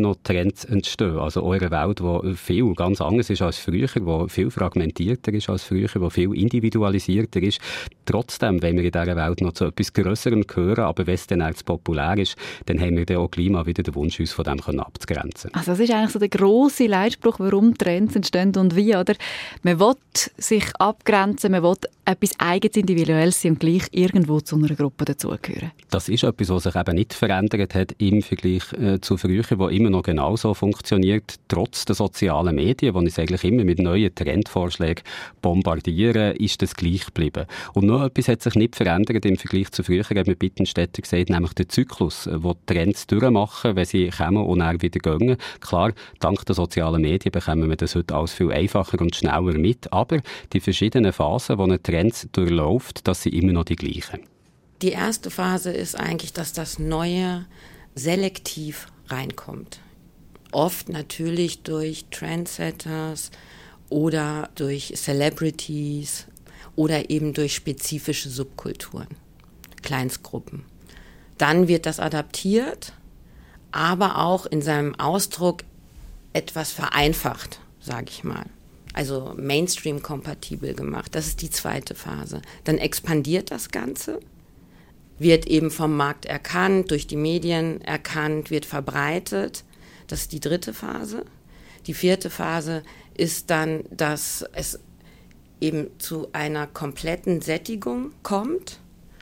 noch Trends entstehen. Also auch in einer Welt, die viel ganz anders ist als früher, die viel fragmentierter ist als früher, die viel individualisierter ist. Trotzdem wollen wir in dieser Welt noch zu etwas Grösserem gehören, aber wenn es dann auch zu populär ist, dann haben wir dann auch gleich mal wieder den Wunsch, uns von dem abzugrenzen. Also das ist eigentlich so der grosse Leitspruch, warum Trends entstehen und wie, oder? Man will sich abgrenzen, man will etwas eigenes, individuelles sein und gleich irgendwo zu einer Gruppe dazugehören. Das ist etwas, was sich eben nicht verändert hat im Vergleich zu früher, wo immer noch genauso funktioniert, trotz der sozialen Medien, die uns eigentlich immer mit neuen Trendvorschlägen bombardieren, ist das gleich geblieben. Und noch etwas hat sich nicht verändert im Vergleich zu früher, hat mir Bittenstädter gesagt, nämlich der Zyklus, wo die Trends durchmachen, wenn sie kommen und dann wieder gehen. Klar, dank der sozialen Medien bekommen wir das heute alles viel einfacher und schneller mit, aber die verschiedenen Phasen, die ein Trend durchläuft, das sind immer noch die gleichen. Die erste Phase ist eigentlich, dass das Neue selektiv reinkommt. Oft natürlich durch Trendsetters oder durch Celebrities oder eben durch spezifische Subkulturen, Kleinstgruppen. Dann wird das adaptiert, aber auch in seinem Ausdruck etwas vereinfacht, sage ich mal. Also Mainstream-kompatibel gemacht. Das ist die zweite Phase. Dann expandiert das Ganze, wird eben vom Markt erkannt, durch die Medien erkannt, wird verbreitet. Das ist die dritte Phase. Die vierte Phase ist dann, dass es eben zu einer kompletten Sättigung kommt.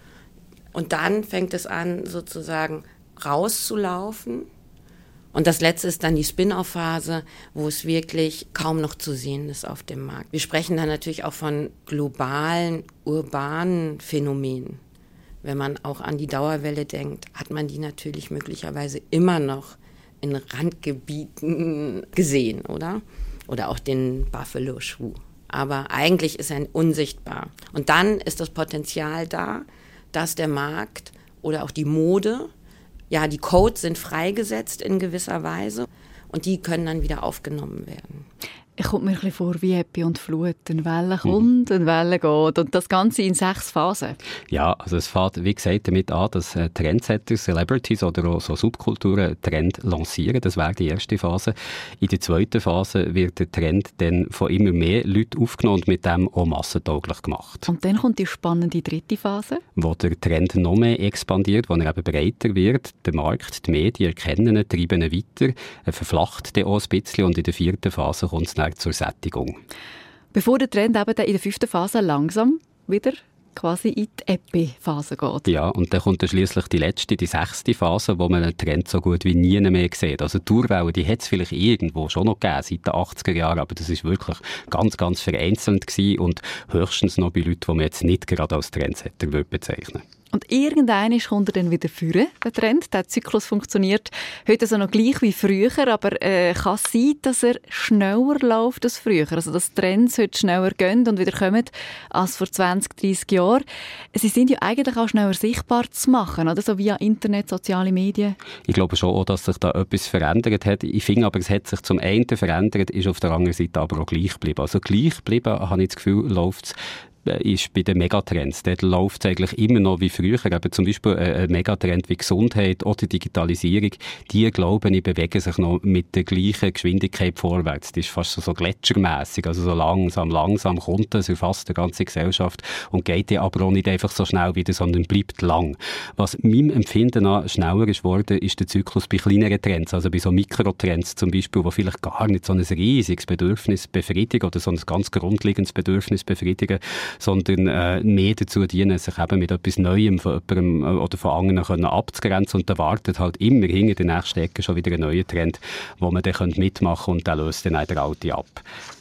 Und dann fängt es an, sozusagen rauszulaufen. Und das letzte ist dann die Spin-off-Phase, wo es wirklich kaum noch zu sehen ist auf dem Markt. Wir sprechen dann natürlich auch von globalen, urbanen Phänomenen. Wenn man auch an die Dauerwelle denkt, hat man die natürlich möglicherweise immer noch in Randgebieten gesehen, oder? Oder auch den Buffalo-Schuh. Aber eigentlich ist er unsichtbar. Und dann ist das Potenzial da, dass der Markt oder auch die Mode, ja, die Codes sind freigesetzt in gewisser Weise und die können dann wieder aufgenommen werden. Ich komme mir ein bisschen vor wie Ebbe und Flut. Eine Welle kommt, eine Welle geht. Und das Ganze in 6 Phasen. Ja, also es fängt, wie gesagt, damit an, dass Trendsetter, Celebrities oder auch so Subkulturen Trend lancieren. Das wäre die erste Phase. In der zweiten Phase wird der Trend dann von immer mehr Leuten aufgenommen und mit dem auch massentauglich gemacht. Und dann kommt die spannende dritte Phase. Wo der Trend noch mehr expandiert, wo er eben breiter wird. Der Markt, die Medien erkennen ihn, treiben ihn weiter. Er verflacht dann auch ein bisschen und in der vierten Phase kommt es zur Sättigung. Bevor der Trend eben in der 5. Phase langsam wieder quasi in die Epi-Phase geht. Ja, und dann kommt dann schliesslich die letzte, die 6. Phase, wo man einen Trend so gut wie nie mehr sieht. Also die Tourwelle, die hat es vielleicht irgendwo schon noch gegeben, seit den 80er Jahren, aber das ist wirklich ganz, ganz vereinzelt gewesen und höchstens noch bei Leuten, die man jetzt nicht gerade als Trendsetter bezeichnen würde. Und irgendwann kommt er dann wieder führen, der Trend. Der Zyklus funktioniert heute also noch gleich wie früher, aber kann es sein, dass er schneller läuft als früher? Also dass Trends heute schneller gehen und wieder kommen als vor 20, 30 Jahren. Sie sind ja eigentlich auch schneller sichtbar zu machen, oder? So via Internet, soziale Medien. Ich glaube schon auch, dass sich da etwas verändert hat. Ich finde aber, es hat sich zum einen verändert, ist auf der anderen Seite aber auch gleich geblieben. Also gleich geblieben, habe ich das Gefühl, läuft es ist bei den Megatrends. Dort läuft es eigentlich immer noch wie früher. Aber zum Beispiel ein Megatrend wie Gesundheit oder Digitalisierung, die, glaube ich, bewegen sich noch mit der gleichen Geschwindigkeit vorwärts. Das ist fast so gletschermässig. Also so langsam kommt das, erfasst die ganze Gesellschaft und geht ja aber auch nicht einfach so schnell wieder, sondern bleibt lang. Was meinem Empfinden nach schneller ist geworden, ist der Zyklus bei kleineren Trends, also bei so Mikrotrends zum Beispiel, wo vielleicht gar nicht so ein riesiges Bedürfnis befriedigen oder so ein ganz grundlegendes Bedürfnis befriedigen, sondern mehr dazu dienen, sich eben mit etwas Neuem von jemandem oder von anderen können abzugrenzen. Und da wartet halt immer hinter den nächsten Ecken schon wieder ein neuer Trend, wo man dann mitmachen könnte und der löst dann auch der alte ab.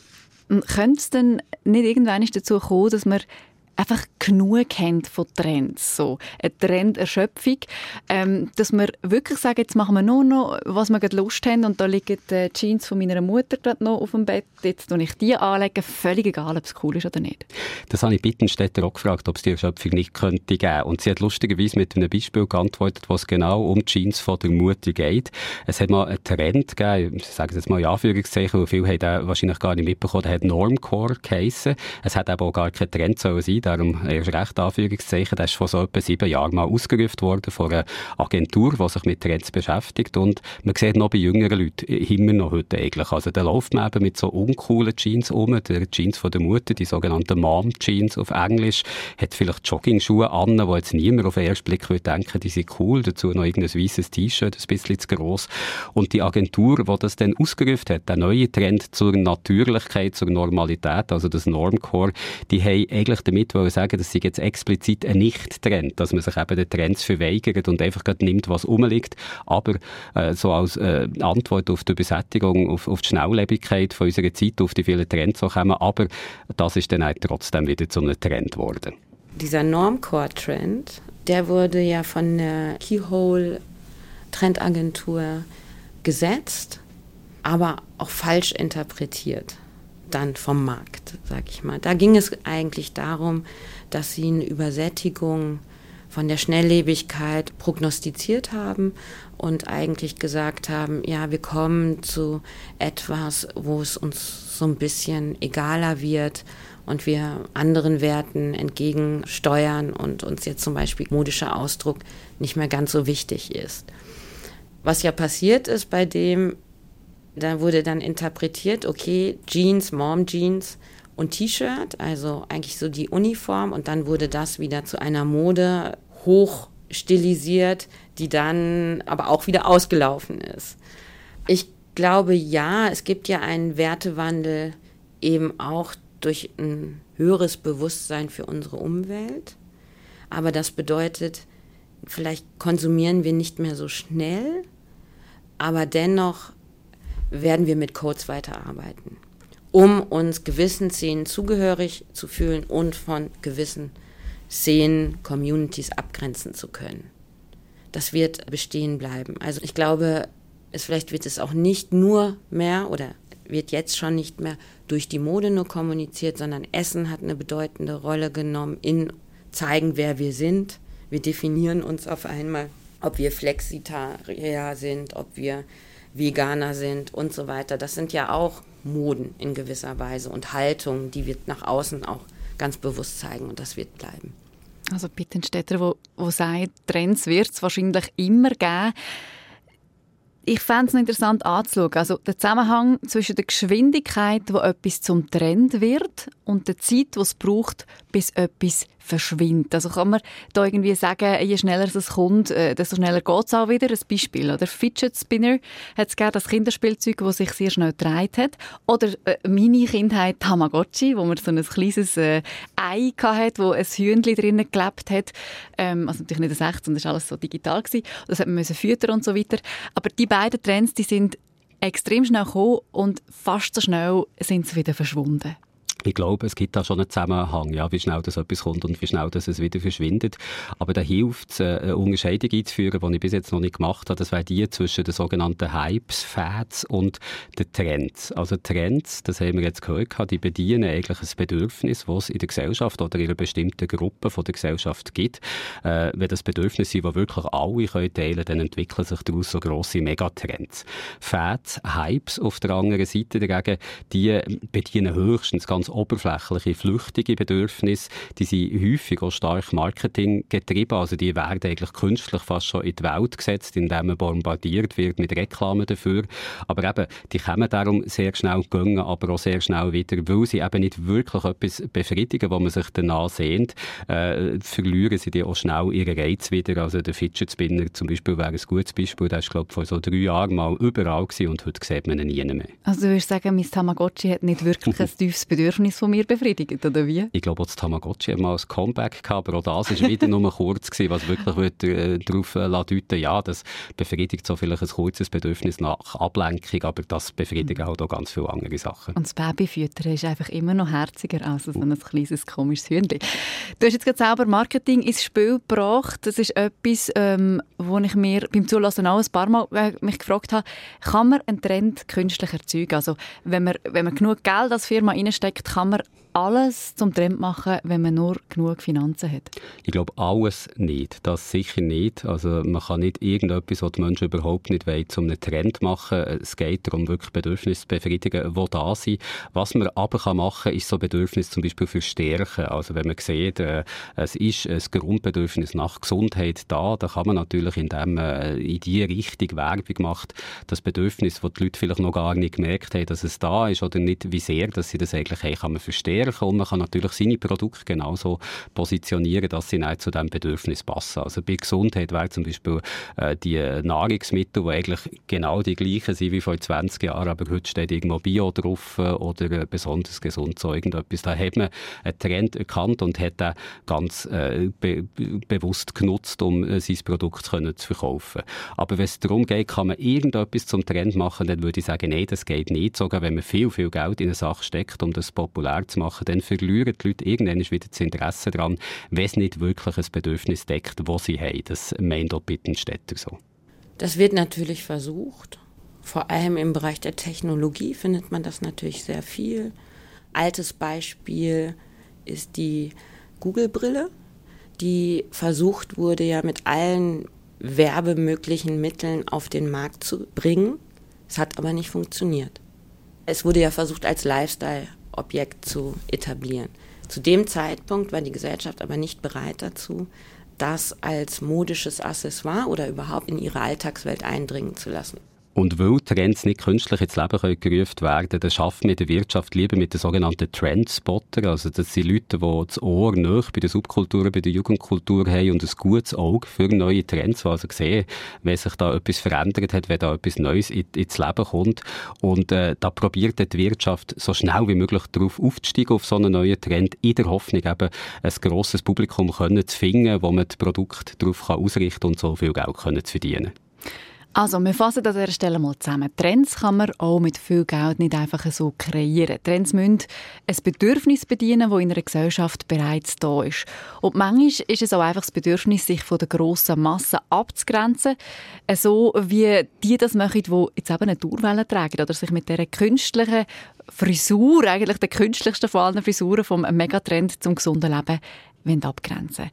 Könnte es denn nicht irgendwann dazu kommen, dass man einfach genug kennt von Trends, so eine Trenderschöpfung, dass wir wirklich sagen, jetzt machen wir nur noch, was wir gerade Lust haben und da liegen die Jeans von meiner Mutter gerade noch auf dem Bett, jetzt tue ich die anlegen, völlig egal, ob es cool ist oder nicht. Das habe ich Bittenstädter auch gefragt, ob es die Erschöpfung nicht könnte geben. Und sie hat lustigerweise mit einem Beispiel geantwortet, wo es genau um die Jeans von der Mutter geht. Es hat mal einen Trend gegeben, ich sage jetzt mal in Anführungszeichen, weil viele haben den wahrscheinlich gar nicht mitbekommen, der hat Normcore geheissen. Es hat aber auch gar kein Trend sollen sein. darum erst recht Anführungszeichen, der ist vor so etwa 7 Jahren mal ausgerufen worden von einer Agentur, die sich mit Trends beschäftigt. Und man sieht noch bei jüngeren Leuten immer noch heute eigentlich. Also da läuft man eben mit so uncoolen Jeans um, der Jeans von der Mutter, die sogenannten Mom-Jeans auf Englisch, hat vielleicht Jogging-Schuhe an, wo jetzt niemand auf den ersten Blick würde denken, die sind cool, dazu noch irgendein weisses T-Shirt, ein bisschen zu gross. Und die Agentur, die das dann ausgerufen hat, der neue Trend zur Natürlichkeit, zur Normalität, also das Normcore, die haben eigentlich damit sagen, das sei jetzt explizit ein Nicht-Trend, dass man sich eben den Trends verweigert und einfach gerade nimmt, was rumliegt, aber so als Antwort auf die Übersättigung, auf die Schnelllebigkeit von unserer Zeit, auf die vielen Trends, die kommen, aber das ist dann auch trotzdem wieder zu einem Trend geworden. Dieser Normcore-Trend, der wurde ja von der Keyhole-Trendagentur gesetzt, aber auch falsch interpretiert. Dann vom Markt, sag ich mal. Da ging es eigentlich darum, dass sie eine Übersättigung von der Schnelllebigkeit prognostiziert haben und eigentlich gesagt haben, ja, wir kommen zu etwas, wo es uns so ein bisschen egaler wird und wir anderen Werten entgegensteuern und uns jetzt zum Beispiel modischer Ausdruck nicht mehr ganz so wichtig ist. Was ja passiert ist bei dem, da wurde dann interpretiert, okay, Jeans, Mom-Jeans und T-Shirt, also eigentlich so die Uniform, und dann wurde das wieder zu einer Mode hoch stilisiert, die dann aber auch wieder ausgelaufen ist. Ich glaube, ja, es gibt ja einen Wertewandel eben auch durch ein höheres Bewusstsein für unsere Umwelt, aber das bedeutet, vielleicht konsumieren wir nicht mehr so schnell, aber dennoch werden wir mit Codes weiterarbeiten, um uns gewissen Szenen zugehörig zu fühlen und von gewissen Szenen, Communities abgrenzen zu können. Das wird bestehen bleiben. Also ich glaube, vielleicht wird es auch nicht nur mehr oder wird jetzt schon nicht mehr durch die Mode nur kommuniziert, sondern Essen hat eine bedeutende Rolle genommen in zeigen, wer wir sind. Wir definieren uns auf einmal, ob wir Flexitarier sind, ob wir Veganer sind und so weiter. Das sind ja auch Moden in gewisser Weise und Haltungen, die wir nach außen auch ganz bewusst zeigen, und das wird bleiben. Also Bittenstädter, wo sagt, Trends wird es wahrscheinlich immer geben. Ich fände es interessant anzuschauen. Also der Zusammenhang zwischen der Geschwindigkeit, wo etwas zum Trend wird, und der Zeit, die es braucht, bis etwas verschwindet. Also kann man da irgendwie sagen, je schneller es kommt, desto schneller geht es auch wieder. Ein Beispiel, oder? Fidget Spinner hat es gegeben, das Kinderspielzeug, das sich sehr schnell gedreht hat. Oder meine Kindheit Tamagotchi, wo man so ein kleines Ei hatte, wo ein Hühnchen drinnen gelebt hat. Also natürlich nicht ein echtes, sondern das war alles so digital gewesen. Das hat man füttern und so weiter. Aber die beiden Trends, die sind extrem schnell gekommen und fast so schnell sind sie wieder verschwunden. Ich glaube, es gibt da schon einen Zusammenhang, ja, wie schnell das etwas kommt und wie schnell das es wieder verschwindet. Aber da hilft es, eine Unterscheidung einzuführen, die ich bis jetzt noch nicht gemacht habe. Das wäre die zwischen den sogenannten Hypes, Fads und den Trends. Also Trends, das haben wir jetzt gehört, die bedienen eigentlich ein Bedürfnis, das es in der Gesellschaft oder in einer bestimmten Gruppe von der Gesellschaft gibt. Wenn das Bedürfnis sind, das wirklich alle teilen können, dann entwickeln sich daraus so grosse Megatrends. Fads, Hypes auf der anderen Seite dagegen, die bedienen höchstens ganz oberflächliche, flüchtige Bedürfnisse, die sind häufig auch stark Marketing getrieben, also die werden eigentlich künstlich fast schon in die Welt gesetzt, indem man bombardiert wird mit Reklamen dafür, aber eben, die kommen darum sehr schnell, gehen aber auch sehr schnell wieder, weil sie eben nicht wirklich etwas befriedigen, wo man sich danach sehnt, verlieren sie die auch schnell ihren Reiz wieder, also der Fidget Spinner zum Beispiel wäre ein gutes Beispiel, der ist glaube ich vor so 3 Jahren mal überall gewesen und heute sieht man ihn nie mehr. Also du würdest sagen, mein Tamagotchi hat nicht wirklich ein tiefes Bedürfnis von mir befriedigt, oder wie? Ich glaube, auch das Tamagotchi hat mal ein Comeback gehabt, aber auch das war wieder nur kurz gewesen, was wirklich darauf deuten, ja, das befriedigt so vielleicht ein kurzes Bedürfnis nach Ablenkung, aber das befriedigt halt auch ganz viele andere Sachen. Und das Babyfüttern ist einfach immer noch herziger als so ein kleines komisches Hühnchen. Du hast jetzt gerade selber Marketing ins Spiel gebracht. Das ist etwas, wo ich mir beim Zulassen auch ein paar Mal mich gefragt habe, kann man einen Trend künstlich erzeugen? Also wenn man genug Geld als Firma reinsteckt, kann man alles zum Trend machen, wenn man nur genug Finanzen hat? Ich glaube, alles nicht. Das sicher nicht. Also man kann nicht irgendetwas, was die Menschen überhaupt nicht wollen, zu einem Trend machen. Es geht darum, wirklich Bedürfnisse zu befriedigen, die da sind. Was man aber machen kann, ist so Bedürfnisse zum Beispiel verstärken. Also wenn man sieht, es ist ein Grundbedürfnis nach Gesundheit da, dann kann man natürlich, indem man in diese Richtung Werbung macht, das Bedürfnis, das die Leute vielleicht noch gar nicht gemerkt haben, dass es da ist oder nicht, wie sehr, dass sie das eigentlich haben, kann man verstärken. Und man kann natürlich seine Produkte genauso positionieren, dass sie nicht zu diesem Bedürfnis passen. Also bei Gesundheit wäre zum Beispiel die Nahrungsmittel, die eigentlich genau die gleichen sind wie vor 20 Jahren, aber heute steht irgendwo Bio drauf oder besonders gesund, so irgendetwas. Da hat man einen Trend erkannt und hat den ganz bewusst genutzt, um sein Produkt zu verkaufen. Aber wenn es darum geht, kann man irgendetwas zum Trend machen, dann würde ich sagen, nein, das geht nicht. Sogar wenn man viel, viel Geld in eine Sache steckt, um das populär zu machen, dann verlieren die Leute irgendwann wieder das Interesse daran, wenn es nicht wirklich ein Bedürfnis deckt, das sie haben. Das meint auch Bittenstädter so. Das wird natürlich versucht. Vor allem im Bereich der Technologie findet man das natürlich sehr viel. Altes Beispiel ist die Google-Brille, die versucht wurde, ja mit allen werbemöglichen Mitteln auf den Markt zu bringen. Es hat aber nicht funktioniert. Es wurde ja versucht, als Lifestyle-Objekt zu etablieren. Zu dem Zeitpunkt war die Gesellschaft aber nicht bereit dazu, das als modisches Accessoire oder überhaupt in ihre Alltagswelt eindringen zu lassen. Und weil Trends nicht künstlich ins Leben gerufen werden können, dann schaffen wir in der Wirtschaft lieber mit den sogenannten Trendspotter. Also das sind Leute, die das Ohr nahe bei der Subkultur, bei der Jugendkultur haben und ein gutes Auge für neue Trends, die also sehen, wenn sich da etwas verändert hat, wenn da etwas Neues ins Leben kommt. Und da probiert die Wirtschaft so schnell wie möglich darauf aufzusteigen, auf so einen neuen Trend, in der Hoffnung, eben ein grosses Publikum zu finden, wo man das Produkt darauf ausrichten kann und so viel Geld zu verdienen. Also, wir fassen an dieser Stelle mal zusammen. Trends kann man auch mit viel Geld nicht einfach so kreieren. Trends müssen ein Bedürfnis bedienen, das in einer Gesellschaft bereits da ist. Und manchmal ist es auch einfach das Bedürfnis, sich von der grossen Masse abzugrenzen. So wie die das machen, die jetzt eben eine Dauerwelle tragen oder sich mit dieser künstlichen Frisur, eigentlich der künstlichsten von allen Frisuren vom Megatrend zum gesunden Leben, abgrenzen.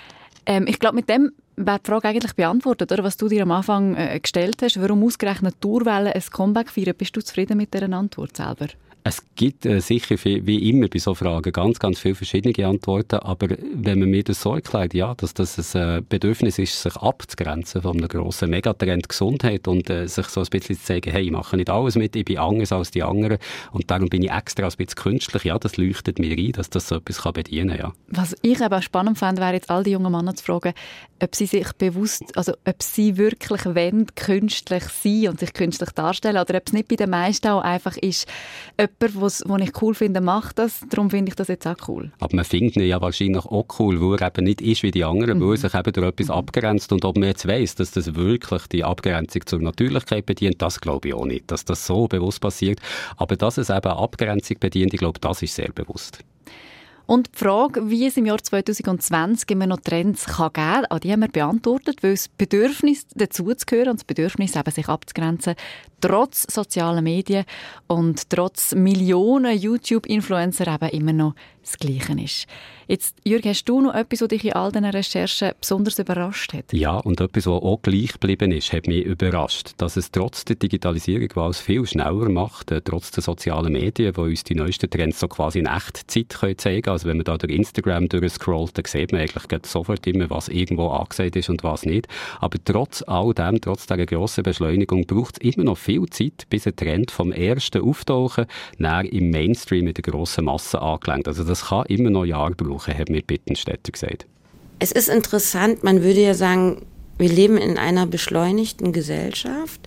Ich glaube, mit dem wäre die Frage eigentlich beantwortet, oder? Was du dir am Anfang gestellt hast. Warum ausgerechnet Dauerwelle ein Comeback feiern? Bist du zufrieden mit dieser Antwort selber? Es gibt sicher, wie immer bei so Fragen, ganz, ganz viele verschiedene Antworten. Aber wenn man mir das so erklärt, ja, dass das ein Bedürfnis ist, sich abzugrenzen von einem grossen Megatrend Gesundheit und sich so ein bisschen zu sagen, hey, ich mache nicht alles mit, ich bin anders als die anderen und darum bin ich extra ein bisschen künstlich, ja, das leuchtet mir ein, dass das so etwas bedienen kann, ja. Was ich eben spannend fände, wäre jetzt all die jungen Männer zu fragen, ob sie sich bewusst, also ob sie wirklich wollen, künstlich sein und sich künstlich darstellen oder ob es nicht bei den meisten auch einfach ist, jemand, den ich cool finde, macht das, darum finde ich das jetzt auch cool. Aber man findet ihn ja wahrscheinlich auch cool, weil er eben nicht ist wie die anderen, weil er sich eben durch etwas abgrenzt. Und ob man jetzt weiss, dass das wirklich die Abgrenzung zur Natürlichkeit bedient, das glaube ich auch nicht, dass das so bewusst passiert. Aber dass es eben Abgrenzung bedient, ich glaube, das ist sehr bewusst. Und die Frage, wie es im Jahr 2020 immer noch Trends geben kann, die haben wir beantwortet, weil das Bedürfnis dazuzugehören und das Bedürfnis, eben sich abzugrenzen, trotz sozialer Medien und trotz Millionen YouTube-Influencer eben immer noch das Gleiche ist. Jetzt, Jürg, hast du noch etwas, was dich in all diesen Recherchen besonders überrascht hat? Ja, und etwas, was auch gleich geblieben ist, hat mich überrascht. Dass es trotz der Digitalisierung, die alles viel schneller macht, trotz der sozialen Medien, die uns die neuesten Trends so quasi in Echtzeit zeigen können. Also wenn man da durch Instagram durchscrollt, dann sieht man eigentlich sofort immer, was irgendwo angesagt ist und was nicht. Aber trotz all dem, trotz dieser grossen Beschleunigung, braucht es immer noch viel Zeit, bis ein Trend vom ersten Auftauchen näher im Mainstream in der grossen Masse angelangt. Also das kann immer noch Jahre brauchen, hat mir Bittenstädter gesagt. Es ist interessant, man würde ja sagen, wir leben in einer beschleunigten Gesellschaft.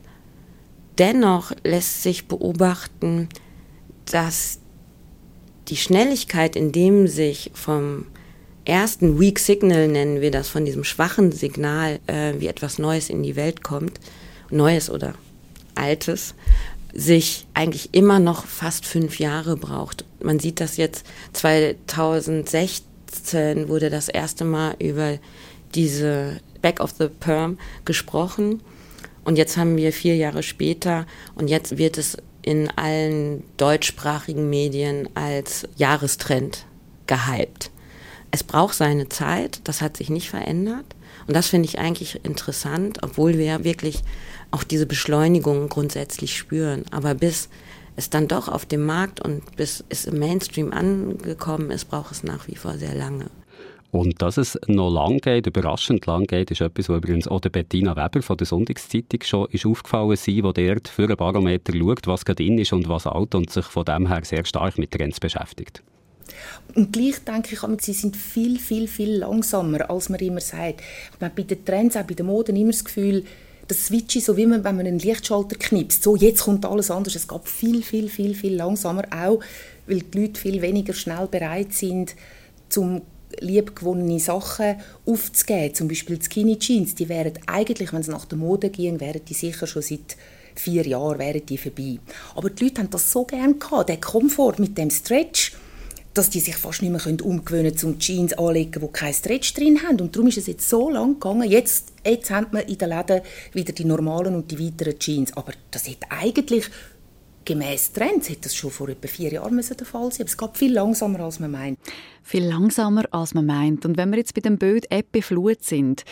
Dennoch lässt sich beobachten, dass die Schnelligkeit, in dem sich vom ersten Weak Signal, nennen wir das, von diesem schwachen Signal, wie etwas Neues in die Welt kommt, Neues oder Altes, sich eigentlich immer noch fast 5 Jahre braucht. Man sieht das jetzt, 2016 wurde das erste Mal über diese Back of the Perm gesprochen und jetzt haben wir 4 Jahre später und jetzt wird es in allen deutschsprachigen Medien als Jahrestrend gehypt. Es braucht seine Zeit, das hat sich nicht verändert. Und das finde ich eigentlich interessant, obwohl wir ja wirklich auch diese Beschleunigung grundsätzlich spüren. Aber bis es dann doch auf dem Markt und bis es im Mainstream angekommen ist, braucht es nach wie vor sehr lange. Und dass es noch lang geht, überraschend lang geht, ist etwas, was übrigens auch der Bettina Weber von der Sonntagszeitung schon ist aufgefallen ist, die dort für einen Barometer schaut, was gerade in ist und was alt und sich von dem her sehr stark mit Trends beschäftigt. Und gleich denke ich, sie sind viel, viel, viel langsamer, als man immer sagt. Man hat bei den Trends, auch bei den Moden immer das Gefühl, das Switch ist so, wie wenn man einen Lichtschalter knipst. So, jetzt kommt alles anders. Es geht viel, viel, viel, viel langsamer. Auch, weil die Leute viel weniger schnell bereit sind, zum liebgewonnene Sachen aufzugeben. Zum Beispiel die Skinny Jeans. Die wären eigentlich, wenn es nach der Mode ging, wären die sicher schon seit 4 Jahren wären die vorbei. Aber die Leute haben das so gerne gehabt, den Komfort mit dem Stretch, dass die sich fast nicht mehr umgewöhnen können, um Jeans anzulegen, die keinen Stretch drin haben. Und darum ist es jetzt so lang gegangen. Jetzt haben wir in den Läden wieder die normalen und die weiteren Jeans. Aber das hätte eigentlich, gemäss Trends, hätte das schon vor etwa 4 Jahren der Fall sein. Aber es geht viel langsamer, als man meint. Viel langsamer, als man meint. Und wenn wir jetzt bei dem Bild Ebbe Flut sind,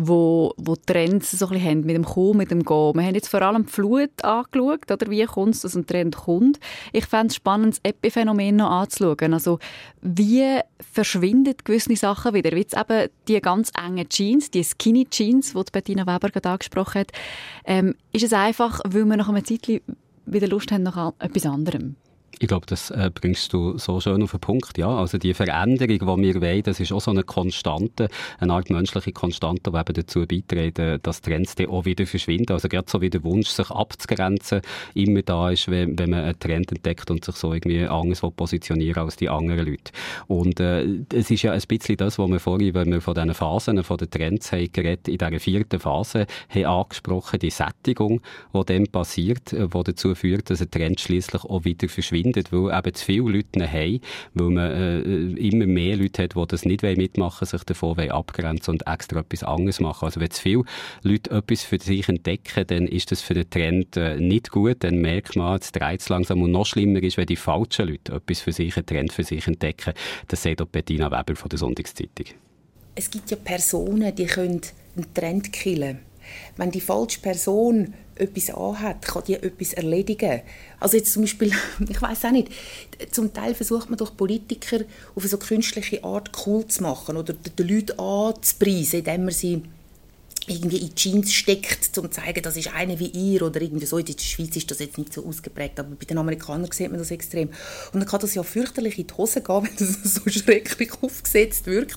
wo Trends so ein bisschen haben, mit dem Kommen, mit dem Gehen. Wir haben jetzt vor allem die Flut angeschaut, oder wie kommt es, dass ein Trend kommt. Ich fände es spannend, das Ebbe-Phänomen noch anzuschauen. Also, wie verschwinden gewisse Sachen wieder? Wie jetzt eben die ganz engen Jeans, die Skinny Jeans, die Bettina Weber gerade angesprochen hat. Ist es einfach, weil wir nach einer Zeit wieder Lust haben nach etwas anderem? Ich glaube, das bringst du so schön auf den Punkt. Ja, also die Veränderung, die wir wollen, das ist auch so eine Konstante, eine Art menschliche Konstante, die eben dazu beiträgt, dass Trends dann auch wieder verschwinden. Also gerade so wie der Wunsch, sich abzugrenzen, immer da ist, wenn man einen Trend entdeckt und sich so irgendwie anders positionieren als die anderen Leute. Und es ist ja ein bisschen das, was wir vorhin, wenn wir von diesen Phasen, von den Trends haben geredet, in dieser 4. Phase haben angesprochen, die Sättigung, die dann passiert, die dazu führt, dass ein Trend schliesslich auch wieder verschwindet, weil eben zu viele Leute haben, weil man immer mehr Leute hat, die das nicht mitmachen wollen, sich davon abgrenzen und extra etwas anderes machen. Also wenn zu viele Leute etwas für sich entdecken, dann ist das für den Trend nicht gut, dann merkt man, es dreht es langsam. Und noch schlimmer ist, wenn die falschen Leute etwas für sich, einen Trend für sich entdecken. Das sagt auch Bettina Weber von der Sonntagszeitung. Es gibt ja Personen, die können einen Trend killen. Wenn die falsche Person etwas anhat, kann die etwas erledigen. Also jetzt zum Beispiel, ich weiss auch nicht, zum Teil versucht man doch Politiker auf eine so künstliche Art cool zu machen oder den Leuten anzupreisen, indem man sie irgendwie in Jeans steckt, um zu zeigen, das ist eine wie ihr oder irgendwie so. In der Schweiz ist das jetzt nicht so ausgeprägt, aber bei den Amerikanern sieht man das extrem. Und dann kann das ja fürchterlich in die Hose gehen, wenn das so schrecklich aufgesetzt wirkt.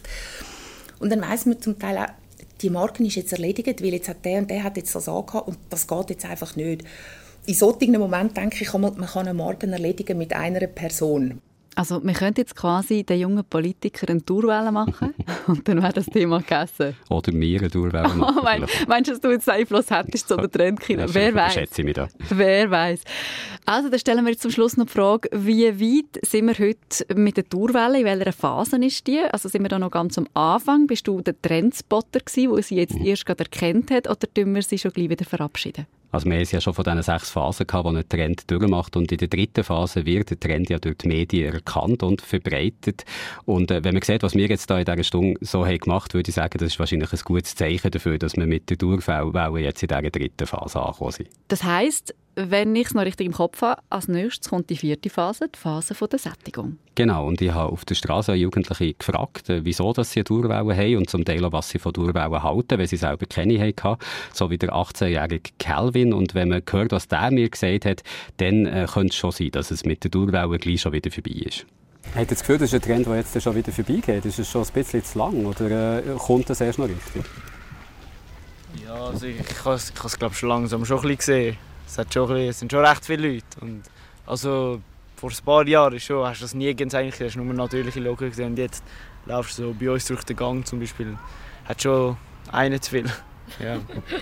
Und dann weiss man zum Teil auch, die Marke ist jetzt erledigt, weil jetzt hat der und der hat jetzt das angehabt und das geht jetzt einfach nicht. In solchen Momenten denke ich, man kann eine Marke erledigen mit einer Person. Also wir könnten jetzt quasi den jungen Politikern eine Tourwelle machen und dann wäre das Thema gegessen. Oder mir eine Tourwelle machen. Meinst du, dass du jetzt Einfluss hättest zu den Trendkindern? Wer weiß? Schätze ich mich da. Wer weiß. Also dann stellen wir jetzt zum Schluss noch die Frage, wie weit sind wir heute mit der Tourwelle? In welcher Phase ist die? Also sind wir da noch ganz am Anfang? Bist du der Trendspotter gewesen, der sie jetzt erst gerade erkannt hat, oder tun wir sie schon gleich wieder verabschieden? Also wir haben es ja schon von diesen 6 Phasen gehabt, wo ein Trend durchmacht. Und in der 3. Phase wird der Trend ja durch die Medien erkannt und verbreitet. Und wenn man sieht, was wir jetzt da in dieser Stunde so haben gemacht, würde ich sagen, das ist wahrscheinlich ein gutes Zeichen dafür, dass wir mit der Durchwelle jetzt in dieser 3. Phase angekommen sind. Das heisst, wenn ich es noch richtig im Kopf habe, als nächstes kommt die 4. Phase, die Phase der Sättigung. Genau, und ich habe auf der Straße Jugendliche gefragt, wieso dass sie eine Durchwelle haben und zum Teil auch, was sie von Durchwellen halten, weil sie selber keine hatten, so wie der 18-jährige Calvin. Und wenn man hört, was der mir gesagt hat, dann könnte es schon sein, dass es mit der Durchwelle gleich schon wieder vorbei ist. Habt ihr das Gefühl, das ist ein Trend, der jetzt schon wieder vorbeigeht? Ist es schon ein bisschen zu lang oder kommt das erst noch richtig? Ja, also ich habe es glaube schon langsam schon ein bisschen gesehen. Es sind schon recht viele Leute. Und also vor ein paar Jahren hast du das nie eigentlich, hast nur natürliche Locken gesehen. Und jetzt laufst du so bei uns durch den Gang zum Beispiel, hat schon einen zu viel. Ja.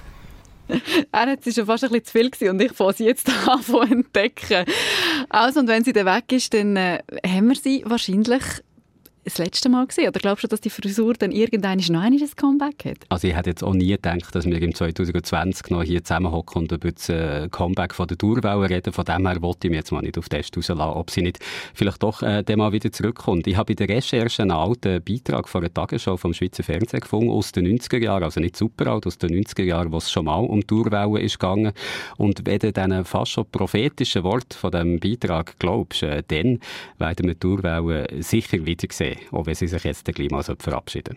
Jetzt war schon fast ein bisschen zu viel und ich fange sie jetzt an zu entdecken. Also, und wenn sie dann weg ist, dann haben wir sie wahrscheinlich das letzte Mal gewesen? Oder glaubst du, dass die Frisur dann irgendwann noch ein Comeback hat? Also ich hätte jetzt auch nie gedacht, dass wir im 2020 noch hier zusammenhocken und über das Comeback von der Dauerwelle reden. Von dem her wollte ich mich jetzt mal nicht auf den Test rauslassen, ob sie nicht vielleicht doch dann mal wieder zurückkommt. Ich habe bei der Recherche einen alten Beitrag von einer Tagesschau vom Schweizer Fernsehen gefunden, aus den 90er Jahren, also nicht super alt, aus den 90er Jahren, wo es schon mal um Dauerwelle ist gegangen. Und wenn du diesen fast schon prophetischen Wort von diesem Beitrag glaubst, dann werden wir die Dauerwelle sicher wieder sehen, auch wenn sie sich jetzt gleich mal verabschieden.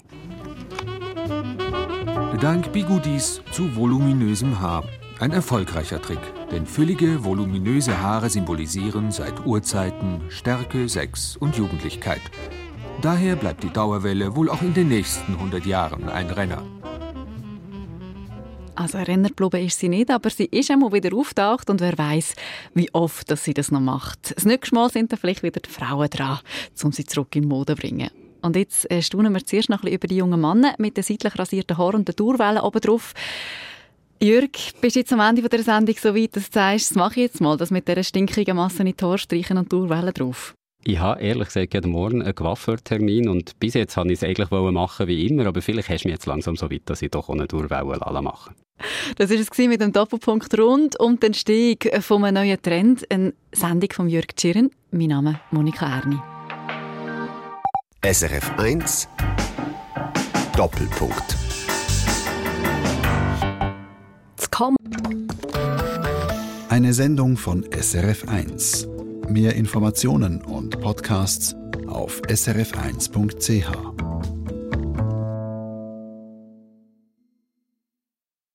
Dank Bigudis zu voluminösem Haar. Ein erfolgreicher Trick, denn füllige, voluminöse Haare symbolisieren seit Urzeiten Stärke, Sex und Jugendlichkeit. Daher bleibt die Dauerwelle wohl auch in den nächsten 100 Jahren ein Renner. Also ein Renner geblieben ist sie nicht, aber sie ist einmal wieder auftaucht und wer weiß, wie oft dass sie das noch macht. Das nächste Mal sind dann vielleicht wieder die Frauen dran, um sie zurück in Mode zu bringen. Und jetzt staunen wir zuerst noch ein bisschen über die jungen Männer mit den seitlich rasierten Haaren und den Dauerwellen oben drauf. Jürg, bist du jetzt am Ende dieser Sendung so weit, dass du sagst, das mache ich jetzt mal, das mit dieser stinkigen Masse in die Haare streichen und Dauerwellen drauf? Ich habe ehrlich gesagt jeden Morgen einen Coiffeurtermin und bis jetzt wollte ich es eigentlich machen wie immer, aber vielleicht hast du mich jetzt langsam so weit, dass ich doch auch eine Dauerwelle mache. Das war es mit dem Doppelpunkt rund um den Stieg von einem neuen Trend. Eine Sendung von Jürg Tschirren. Mein Name ist Monika Erni. SRF 1 Doppelpunkt. Eine Sendung von SRF 1. Mehr Informationen und Podcasts auf srf1.ch.